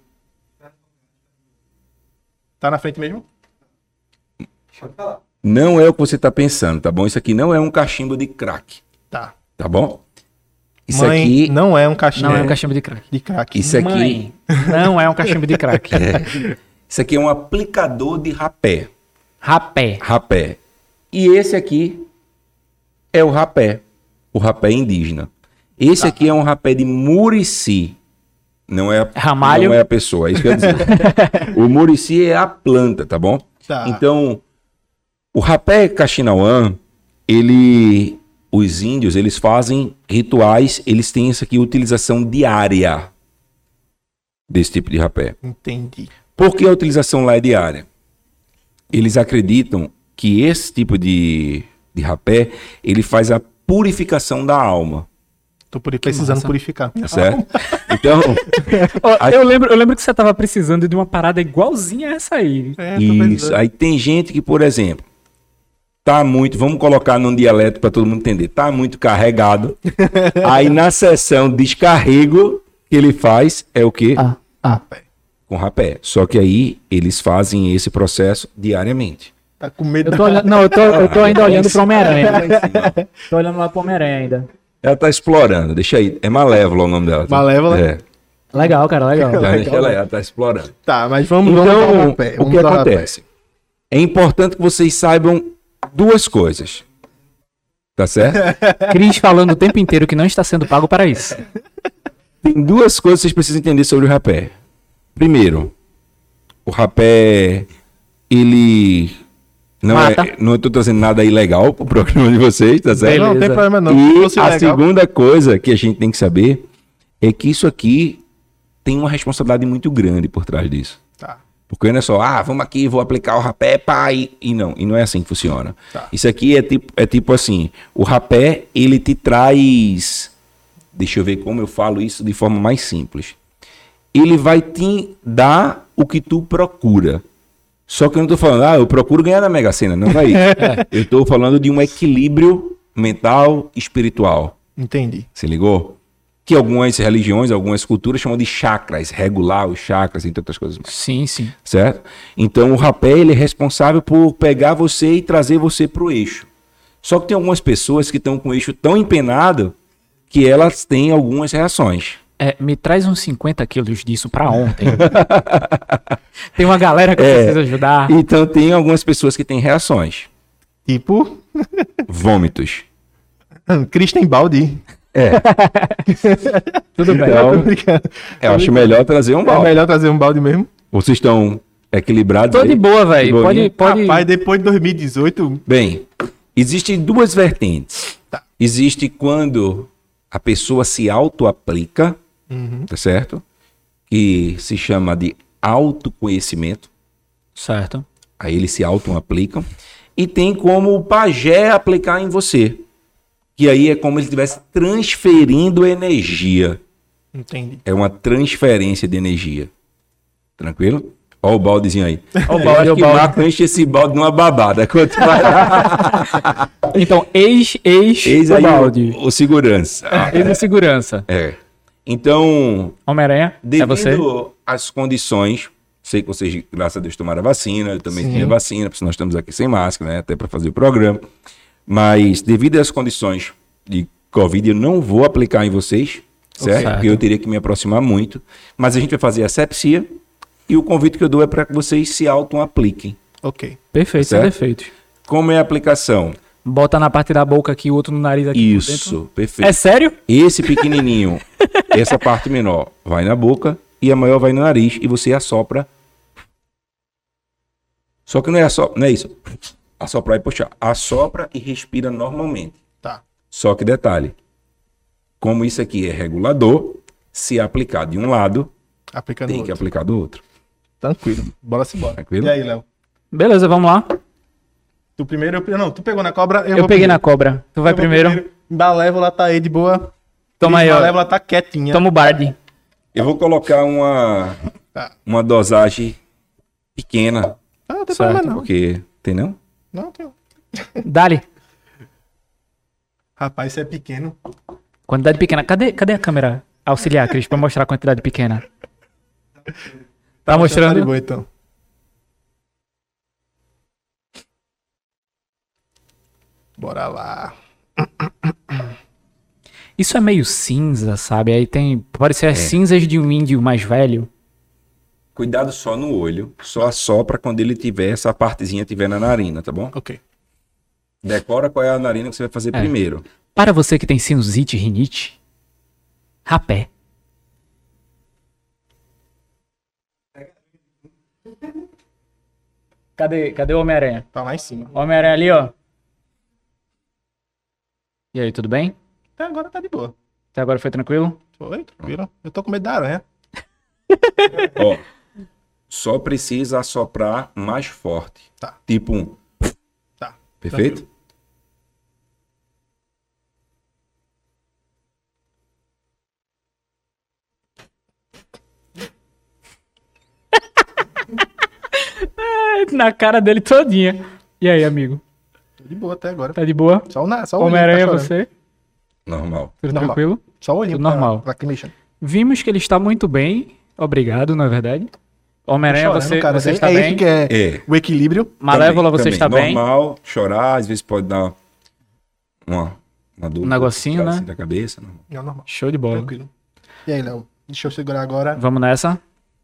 Speaker 3: Tá na frente mesmo?
Speaker 5: não é o que você tá pensando, tá bom? Isso aqui não é um cachimbo de crack,
Speaker 3: Tá.
Speaker 5: tá bom? Isso
Speaker 3: Mãe,
Speaker 5: aqui,
Speaker 3: não é um cachimbo
Speaker 4: Não é um cachimbo de crack.
Speaker 3: de crack.
Speaker 5: isso aqui,
Speaker 4: Mãe, não é um cachimbo de crack.
Speaker 5: isso aqui é um aplicador de rapé.
Speaker 4: Rapé.
Speaker 5: Rapé. E esse aqui é o rapé indígena. Esse aqui é um rapé de murici. Não é,
Speaker 4: Ramalho?
Speaker 5: não é a pessoa, é isso que eu ia dizer. O murici é a planta, tá bom?
Speaker 3: Tá.
Speaker 5: Então, o rapé Kaxinauã, os índios, eles fazem rituais, eles têm essa aqui, utilização diária desse tipo de rapé.
Speaker 3: Entendi.
Speaker 5: Por que a utilização lá é diária? Eles acreditam que esse tipo de rapé, ele faz a purificação da alma,
Speaker 3: Tô precisando
Speaker 4: massa.
Speaker 3: purificar.
Speaker 5: tá certo? Então,
Speaker 4: Ó, eu lembro que você tava precisando de uma parada igualzinha a essa aí.
Speaker 3: Tô
Speaker 5: isso.
Speaker 3: precisando.
Speaker 5: Aí tem gente que, por exemplo, tá muito, vamos colocar num dialeto para todo mundo entender, tá muito carregado. Aí na sessão descarrego que ele faz é o quê? Com rapé. Só que aí eles fazem esse processo diariamente.
Speaker 3: Tá com medo
Speaker 4: Eu tô olhando, não, eu tô ainda olhando pro Homem-Aranha.
Speaker 5: Lá em cima.
Speaker 4: Tô olhando lá pro Homem-Aranha ainda.
Speaker 5: Ela tá explorando, deixa aí. É Malévola o nome dela. tá?
Speaker 3: Malévola?
Speaker 5: É.
Speaker 4: Legal, cara, legal.
Speaker 5: Tá, deixa ela tá explorando.
Speaker 3: Tá, mas vamos
Speaker 5: Então,
Speaker 3: ao rapé.
Speaker 5: o
Speaker 3: Vamos
Speaker 5: que
Speaker 3: ao rapé.
Speaker 5: acontece? É importante que vocês saibam 2 coisas. Tá certo?
Speaker 4: Cris falando o tempo inteiro que não está sendo pago para isso.
Speaker 5: Tem 2 coisas que vocês precisam entender sobre o rapé. Primeiro, o rapé, ele
Speaker 4: Mata.
Speaker 5: não estou trazendo nada ilegal pro programa de vocês, tá certo?
Speaker 3: Não, não tem
Speaker 4: Beleza.
Speaker 3: problema não. Se
Speaker 5: E
Speaker 3: fosse
Speaker 5: a
Speaker 3: legal,
Speaker 5: segunda coisa que a gente tem que saber é que isso aqui tem uma responsabilidade muito grande por trás disso.
Speaker 3: Tá.
Speaker 5: Porque não é só, vamos aqui, vou aplicar o rapé, pá, e não é assim que funciona.
Speaker 3: Tá.
Speaker 5: Isso aqui é tipo assim, o rapé, ele te traz, deixa eu ver como eu falo isso de forma mais simples. Ele vai te dar o que tu procura. Só que eu não tô falando, eu procuro ganhar na Mega Sena, não é isso. Eu tô falando de um equilíbrio mental e espiritual.
Speaker 3: Entendi.
Speaker 5: Se ligou? Que algumas religiões, algumas culturas chamam de chakras, regular os chakras, entre outras coisas mais.
Speaker 4: Sim, sim.
Speaker 5: Certo? Então o rapé, ele é responsável por pegar você e trazer você pro eixo. Só que tem algumas pessoas que estão com o eixo tão empenado que elas têm algumas reações.
Speaker 4: Me traz uns 50 quilos disso pra ontem. Tem uma galera que precisa ajudar.
Speaker 5: Então tem algumas pessoas que têm reações.
Speaker 3: Tipo,
Speaker 5: Vômitos.
Speaker 3: Kristen Baldi.
Speaker 4: Tudo bem.
Speaker 5: Então,
Speaker 3: Tô brincando.
Speaker 5: eu acho melhor trazer um
Speaker 3: É
Speaker 5: balde.
Speaker 3: melhor trazer um balde mesmo.
Speaker 5: Vocês estão equilibrados?
Speaker 4: Tô
Speaker 5: aí?
Speaker 4: de boa, velho.
Speaker 5: boinha?
Speaker 4: Pode.
Speaker 3: Rapaz, depois de 2018,
Speaker 5: Bem, existem duas vertentes.
Speaker 3: Tá.
Speaker 5: Existe quando a pessoa se auto-aplica, tá certo? Que se chama de autoconhecimento.
Speaker 4: Certo.
Speaker 5: Aí eles se auto-aplicam. E tem como o pajé aplicar em você. Que aí é como ele estivesse transferindo energia.
Speaker 3: entendi.
Speaker 5: É uma transferência de energia. Tranquilo? Olha o baldezinho aí.
Speaker 4: Ó o
Speaker 5: Eu
Speaker 4: balde,
Speaker 5: acho
Speaker 4: ó o
Speaker 5: que
Speaker 4: balde.
Speaker 5: o Marco enche esse balde numa babada. Quanto mais...
Speaker 4: Então,
Speaker 5: Eis
Speaker 4: o
Speaker 5: aí
Speaker 4: balde.
Speaker 5: o segurança.
Speaker 4: Ex a segurança.
Speaker 5: Então,
Speaker 4: Homem-Aranha, é você?
Speaker 5: devido às condições, sei que vocês, graças a Deus, tomaram a vacina, eu também tinha vacina, porque nós estamos aqui sem máscara, né? Até para fazer o programa. Mas, devido às condições de Covid, eu não vou aplicar em vocês, certo?
Speaker 4: Certo.
Speaker 5: Porque eu teria que me aproximar muito. Mas a gente vai fazer a asepsia e o convite que eu dou é para que vocês se auto-apliquem.
Speaker 3: Ok.
Speaker 4: Perfeito, sem
Speaker 5: Certo?
Speaker 4: defeitos.
Speaker 5: Como é a aplicação?
Speaker 4: Bota na parte da boca aqui, o outro no nariz aqui por dentro.
Speaker 5: Isso, perfeito.
Speaker 4: É sério?
Speaker 5: Esse pequenininho, essa parte menor vai na boca e a maior vai no nariz e você assopra. Só que não é isso. Assoprar e puxar. Assopra e respira normalmente.
Speaker 3: Tá.
Speaker 5: Só que detalhe, como isso aqui é regulador, se aplicar de um lado,
Speaker 3: Aplicando
Speaker 5: tem
Speaker 3: outro.
Speaker 5: que aplicar do outro.
Speaker 3: Tranquilo. Bora se bora.
Speaker 5: Tranquilo?
Speaker 3: E aí, Léo?
Speaker 4: Beleza, vamos lá.
Speaker 3: Tu primeiro, não, tu pegou na cobra,
Speaker 4: Eu
Speaker 3: vou
Speaker 4: peguei na
Speaker 3: primeiro.
Speaker 4: cobra. Tu vai
Speaker 3: Eu vou
Speaker 4: primeiro.
Speaker 3: Malévola tá aí de boa.
Speaker 4: Toma aí, ó.
Speaker 3: Malévola tá quietinha.
Speaker 4: Toma o Bard.
Speaker 5: Eu vou colocar
Speaker 3: Tá.
Speaker 5: uma dosagem pequena,
Speaker 3: Ah, não tem
Speaker 4: Certo.
Speaker 3: problema não.
Speaker 5: porque tem não?
Speaker 3: Não, tem.
Speaker 4: Dali.
Speaker 3: Rapaz, isso é pequeno.
Speaker 4: Quantidade pequena. Cadê a câmera auxiliar, Cris, pra mostrar a quantidade pequena? Tá
Speaker 3: Tá de
Speaker 4: mostrando?
Speaker 3: boa, então. Bora lá.
Speaker 4: Isso é meio cinza, sabe? Aí tem. Pode ser as cinzas de um índio mais velho.
Speaker 5: Cuidado só no olho, só assopra quando ele tiver, essa partezinha tiver na narina, tá bom?
Speaker 3: Ok.
Speaker 5: Decora qual é a narina que você vai fazer primeiro.
Speaker 4: Para você que tem sinusite e rinite, rapé. Cadê o Homem-Aranha?
Speaker 3: Tá lá em cima.
Speaker 4: Homem-Aranha ali, ó. E aí, tudo bem?
Speaker 3: Até agora tá de boa.
Speaker 4: Até agora foi tranquilo?
Speaker 3: Foi, tranquilo. Eu tô com medo da aranha.
Speaker 5: Ó, só precisa assoprar mais forte.
Speaker 3: Tá.
Speaker 5: Tipo um.
Speaker 3: Tá.
Speaker 5: Perfeito?
Speaker 4: Na cara dele todinha. E aí, amigo?
Speaker 3: Tô de boa até agora.
Speaker 4: Tá de boa?
Speaker 3: Só o olhinho
Speaker 4: Homem-Aranha,
Speaker 3: tá chorando.
Speaker 4: você?
Speaker 5: Normal.
Speaker 4: Tudo
Speaker 3: Normal.
Speaker 4: tranquilo?
Speaker 3: Só o olhinho
Speaker 4: Tudo normal.
Speaker 3: pra mexer.
Speaker 4: Vimos que ele está muito bem. Obrigado, na verdade. Homem-Aranha,
Speaker 3: Chorando,
Speaker 4: você,
Speaker 3: cara.
Speaker 4: você
Speaker 3: É
Speaker 4: está
Speaker 3: isso
Speaker 4: bem?
Speaker 3: que é
Speaker 5: É.
Speaker 3: o equilíbrio.
Speaker 4: Malévola, você
Speaker 5: Também.
Speaker 4: está bem?
Speaker 5: Normal, chorar, às vezes pode dar uma dor.
Speaker 4: Um negocinho, né?
Speaker 5: assim da cabeça. Normal.
Speaker 3: Não, normal.
Speaker 4: Show de bola.
Speaker 3: Tranquilo. E aí, Léo? Deixa eu segurar agora.
Speaker 4: Vamos nessa?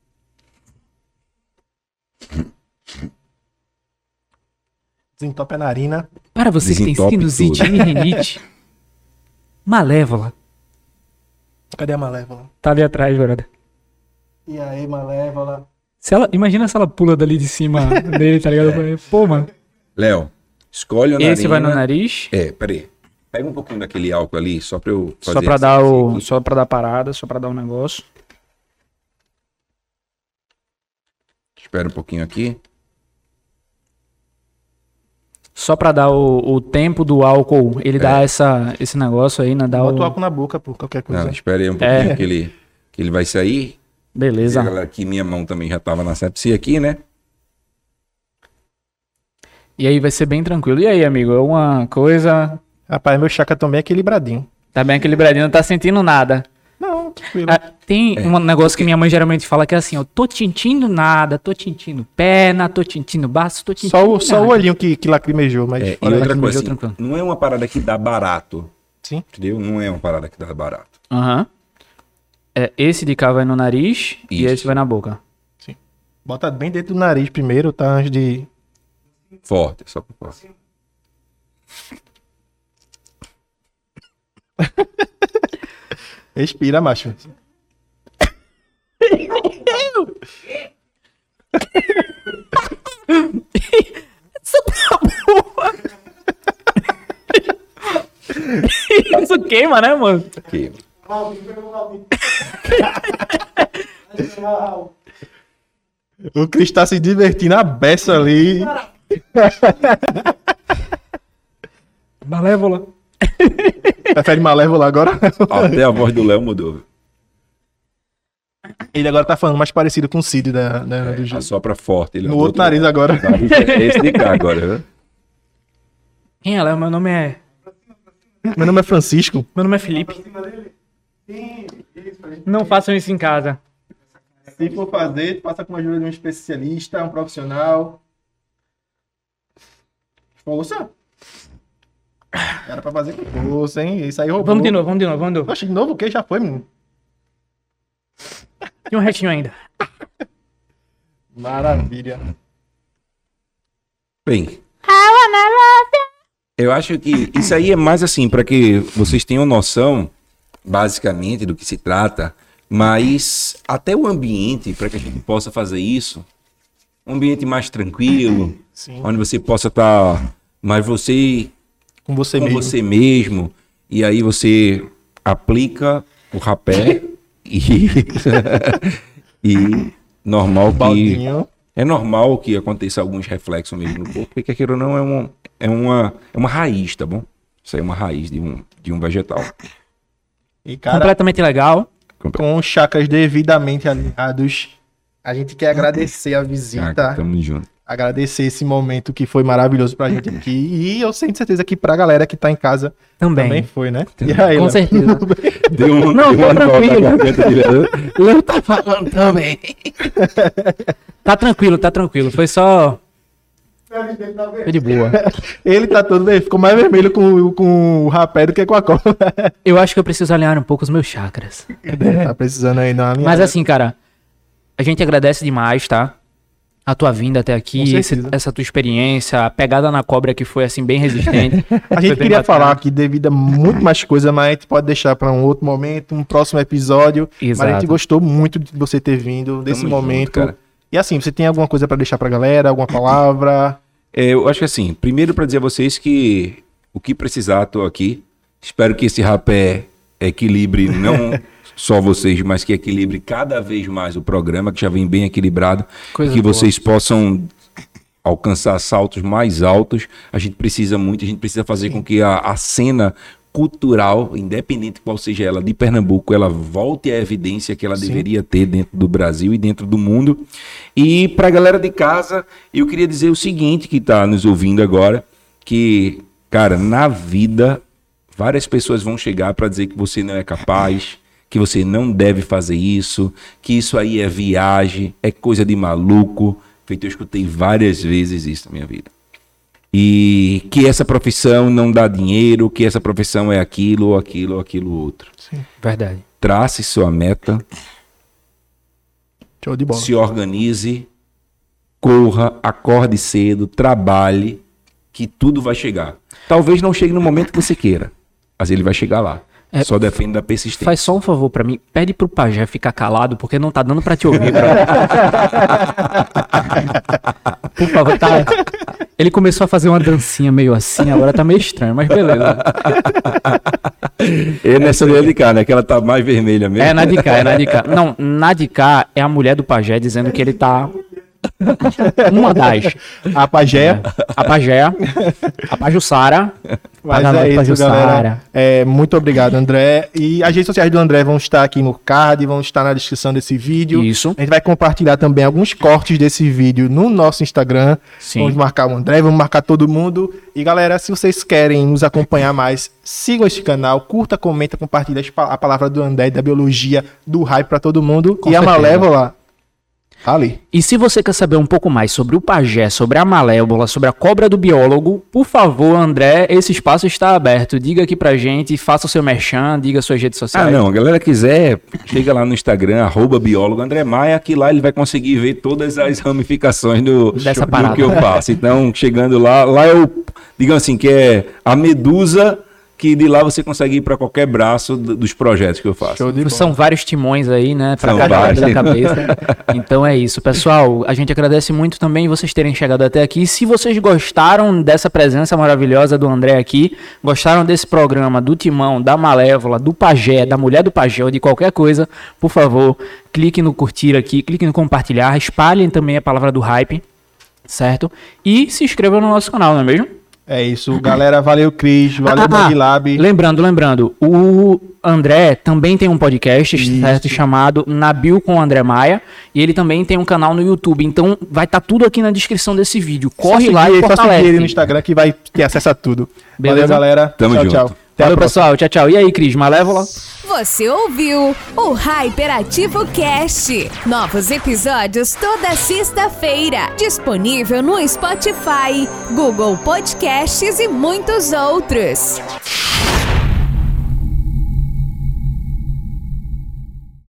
Speaker 3: Desentope a narina.
Speaker 4: Para você que tem
Speaker 5: Desentope
Speaker 4: sinusite
Speaker 5: tudo.
Speaker 4: e rinite, Malévola.
Speaker 3: Cadê a Malévola?
Speaker 4: Tá ali atrás, brother.
Speaker 3: E aí, Malévola?
Speaker 4: Imagina se ela pula dali de cima dele, tá ligado? Pô, mano.
Speaker 5: Léo, escolhe o narina.
Speaker 4: Esse vai no nariz.
Speaker 5: Peraí. Pega um pouquinho daquele álcool ali, só pra eu fazer
Speaker 4: Só pra
Speaker 5: essa
Speaker 4: dar
Speaker 5: assim aqui.
Speaker 4: só pra dar parada, só pra dar um negócio.
Speaker 5: Espera um pouquinho aqui.
Speaker 4: Só pra dar o tempo do álcool, ele dá esse negócio aí, né? Dá
Speaker 3: Bota o
Speaker 4: o...
Speaker 3: álcool na boca, por qualquer coisa.
Speaker 5: Não, espera aí um pouquinho que ele vai sair.
Speaker 4: Beleza.
Speaker 5: E, galera, aqui minha mão também já tava na sepsia aqui, né?
Speaker 4: E aí vai ser bem tranquilo. E aí, amigo? É uma coisa...
Speaker 3: Rapaz, meu chakra também é equilibradinho.
Speaker 4: Tá bem equilibradinho, não tá sentindo nada.
Speaker 3: Não, tranquilo.
Speaker 4: Tem um negócio que minha mãe geralmente fala que é assim, ó, tô sentindo nada, tô sentindo perna, tô sentindo braço, tô sentindo
Speaker 3: Só o olhinho que lacrimejou, mas
Speaker 5: E
Speaker 3: fora
Speaker 5: outra
Speaker 3: isso,
Speaker 5: coisa, assim,
Speaker 4: tranquilo.
Speaker 5: não é uma parada que dá barato.
Speaker 3: Sim.
Speaker 5: Entendeu? Não é uma parada que dá barato.
Speaker 4: Aham. Esse de cá vai no nariz e
Speaker 5: Isso.
Speaker 4: esse vai na boca.
Speaker 3: Bota bem dentro do nariz primeiro, tá? Antes de...
Speaker 5: Forte, só por forte.
Speaker 3: Respira, macho.
Speaker 4: Isso queima, né, mano?
Speaker 5: Aqui.
Speaker 3: O Cris tá se divertindo a beça ali.
Speaker 4: Malévola.
Speaker 3: Prefere Malévola agora?
Speaker 5: Até a voz do Léo mudou.
Speaker 3: Ele agora tá falando mais parecido com o Cid do jogo.
Speaker 5: Assopra forte. Ele
Speaker 3: No outro nariz agora.
Speaker 5: É esse de cá agora, né?
Speaker 4: Quem é, Léo? Meu nome é
Speaker 3: Meu nome é Francisco.
Speaker 4: Felipe. Não façam isso em casa.
Speaker 3: Se for fazer, passa com a ajuda de um especialista, um profissional. Força. Era pra fazer com força, hein? Isso aí roubou.
Speaker 4: Vamos de novo.
Speaker 3: Oxe, de novo o quê? Já foi, menino.
Speaker 4: E um restinho ainda.
Speaker 3: Maravilha.
Speaker 5: Bem. Eu acho que isso aí é mais assim, para que vocês tenham noção, basicamente, do que se trata, mas até o ambiente, para que a gente possa fazer isso, um ambiente mais tranquilo,
Speaker 3: Sim.
Speaker 5: onde você possa estar mais
Speaker 3: Com você
Speaker 5: com
Speaker 3: mesmo.
Speaker 5: você mesmo, e aí você aplica o rapé e normal que
Speaker 3: Baldinho.
Speaker 5: é normal que aconteça alguns reflexos mesmo no corpo, porque aquilo não é uma raiz, tá bom? Isso aí é uma raiz de um vegetal.
Speaker 3: E, cara,
Speaker 4: Completamente legal.
Speaker 3: com os chakras devidamente alinhados, a gente quer agradecer a visita.
Speaker 5: Tamo junto.
Speaker 3: Agradecer esse momento que foi maravilhoso pra gente aqui. E eu tenho certeza que pra galera que tá em casa também foi, né? E aí,
Speaker 4: Com
Speaker 3: Léo?
Speaker 4: certeza.
Speaker 5: Deu um
Speaker 4: Não,
Speaker 5: deu uma
Speaker 4: tá
Speaker 5: nota na
Speaker 4: tranquilo.
Speaker 5: garganta dele. Léo tá falando também.
Speaker 4: Tá tranquilo. Foi só... Foi de boa.
Speaker 3: Ele tá todo vermelho, ficou mais vermelho com o rapé do que com a cola.
Speaker 4: Eu acho que eu preciso alinhar um pouco os meus chakras.
Speaker 3: Tá precisando aí dar uma alinhada.
Speaker 4: Mas assim, cara, a gente agradece demais, tá? A tua vinda até
Speaker 3: Com
Speaker 4: aqui,
Speaker 3: certeza.
Speaker 4: essa tua experiência, a pegada na cobra que foi assim bem resistente.
Speaker 3: A gente
Speaker 4: Foi bem
Speaker 3: queria
Speaker 4: bacana.
Speaker 3: falar aqui devido a muito mais coisa, mas a gente pode deixar pra um outro momento, um próximo episódio. Mas a gente
Speaker 4: Exato.
Speaker 3: gostou muito de você ter vindo, desse
Speaker 5: Tamo junto,
Speaker 3: momento.
Speaker 5: cara.
Speaker 3: E assim, você tem alguma coisa pra deixar pra galera, alguma palavra?
Speaker 5: Eu acho que assim, primeiro para dizer a vocês que o que precisar, tô aqui. Espero que esse rapé equilibre não só vocês, mas que equilibre cada vez mais o programa, que já vem bem equilibrado.
Speaker 4: Coisa
Speaker 5: que
Speaker 4: boa.
Speaker 5: vocês possam alcançar saltos mais altos. A gente precisa fazer com que a cena cultural, independente qual seja ela, de Pernambuco, ela volte à evidência que ela deveria ter dentro do Brasil e dentro do mundo. E para a galera de casa, eu queria dizer o seguinte, que está nos ouvindo agora, que, cara, na vida, várias pessoas vão chegar para dizer que você não é capaz, que você não deve fazer isso, que isso aí é viagem, é coisa de maluco. Feito, eu escutei várias vezes isso na minha vida. E que essa profissão não dá dinheiro, que essa profissão é aquilo, aquilo, outro.
Speaker 4: Verdade.
Speaker 5: Trace sua meta,
Speaker 3: Show de bola.
Speaker 5: se organize, corra, acorde cedo, trabalhe, que tudo vai chegar. Talvez não chegue no momento que você queira, mas ele vai chegar lá. Só depende da persistência.
Speaker 4: Faz só um favor pra mim, pede pro pajé ficar calado, porque não tá dando pra te ouvir, bro. Por favor, tá. Ele começou a fazer uma dancinha meio assim, agora tá meio estranho, mas beleza.
Speaker 5: E nessa linha de cá, né? Que ela tá mais vermelha mesmo.
Speaker 4: É na de cá. Não, na de cá é a mulher do pajé dizendo que ele tá Uma das.
Speaker 3: A Pagéia.
Speaker 4: A Pagéia. A Pajussara.
Speaker 3: Mas
Speaker 4: Paga
Speaker 3: é
Speaker 4: nós,
Speaker 3: isso,
Speaker 4: Pajussara.
Speaker 3: galera. Muito obrigado, André. E as redes sociais do André vão estar aqui no card, vão estar na descrição desse vídeo.
Speaker 4: Isso.
Speaker 3: A gente vai compartilhar também alguns cortes desse vídeo no nosso Instagram.
Speaker 4: Sim.
Speaker 3: Vamos marcar o André, vamos marcar todo mundo. E galera, se vocês querem nos acompanhar mais, sigam esse canal, curta, comenta, compartilha a palavra do André e da biologia do hype para todo mundo.
Speaker 4: Com
Speaker 3: e
Speaker 4: certeza.
Speaker 3: a Malévola tá ali.
Speaker 4: E se você quer saber um pouco mais sobre o pajé, sobre a malévola, sobre a cobra do biólogo, por favor, André, esse espaço está aberto. Diga aqui pra gente, faça o seu merchan, diga suas redes sociais.
Speaker 5: A galera quiser, chega lá no Instagram, @biólogo André Maia, que lá ele vai conseguir ver todas as ramificações
Speaker 4: Dessa
Speaker 5: do
Speaker 4: parada.
Speaker 5: que eu faço. Então, chegando lá eu, digamos assim, que é a medusa, que de lá você consegue ir para qualquer braço dos projetos que eu faço.
Speaker 3: Show de bola.
Speaker 4: São vários timões aí, né? Pra
Speaker 5: São
Speaker 4: cada lado
Speaker 5: vários.
Speaker 4: da cabeça. Então é isso, pessoal. A gente agradece muito também vocês terem chegado até aqui. Se vocês gostaram dessa presença maravilhosa do André aqui, gostaram desse programa, do Timão, da Malévola, do Pajé, da Mulher do Pajé ou de qualquer coisa, por favor, clique no curtir aqui, clique no compartilhar, espalhem também a palavra do hype, certo? E se inscrevam no nosso canal, não é mesmo?
Speaker 3: É isso, galera. Valeu, Cris. Valeu, Bug Lab.
Speaker 4: Lembrando, o André também tem um podcast, certo? Chamado Nabil com André Maia. E ele também tem um canal no YouTube. Então vai estar tudo aqui na descrição desse vídeo. Corre lá e
Speaker 3: só seguir
Speaker 4: fortalece.
Speaker 3: ele no Instagram que vai ter acesso a tudo.
Speaker 4: Beleza?
Speaker 3: Valeu, galera.
Speaker 5: Tamo
Speaker 3: tchau,
Speaker 5: junto.
Speaker 3: tchau. Até a
Speaker 4: Valeu,
Speaker 3: próxima.
Speaker 4: pessoal. Tchau, tchau. E aí, Cris, Malévola?
Speaker 2: Você ouviu o Hyperativo Cast. Novos episódios toda sexta-feira. Disponível no Spotify, Google Podcasts e muitos outros.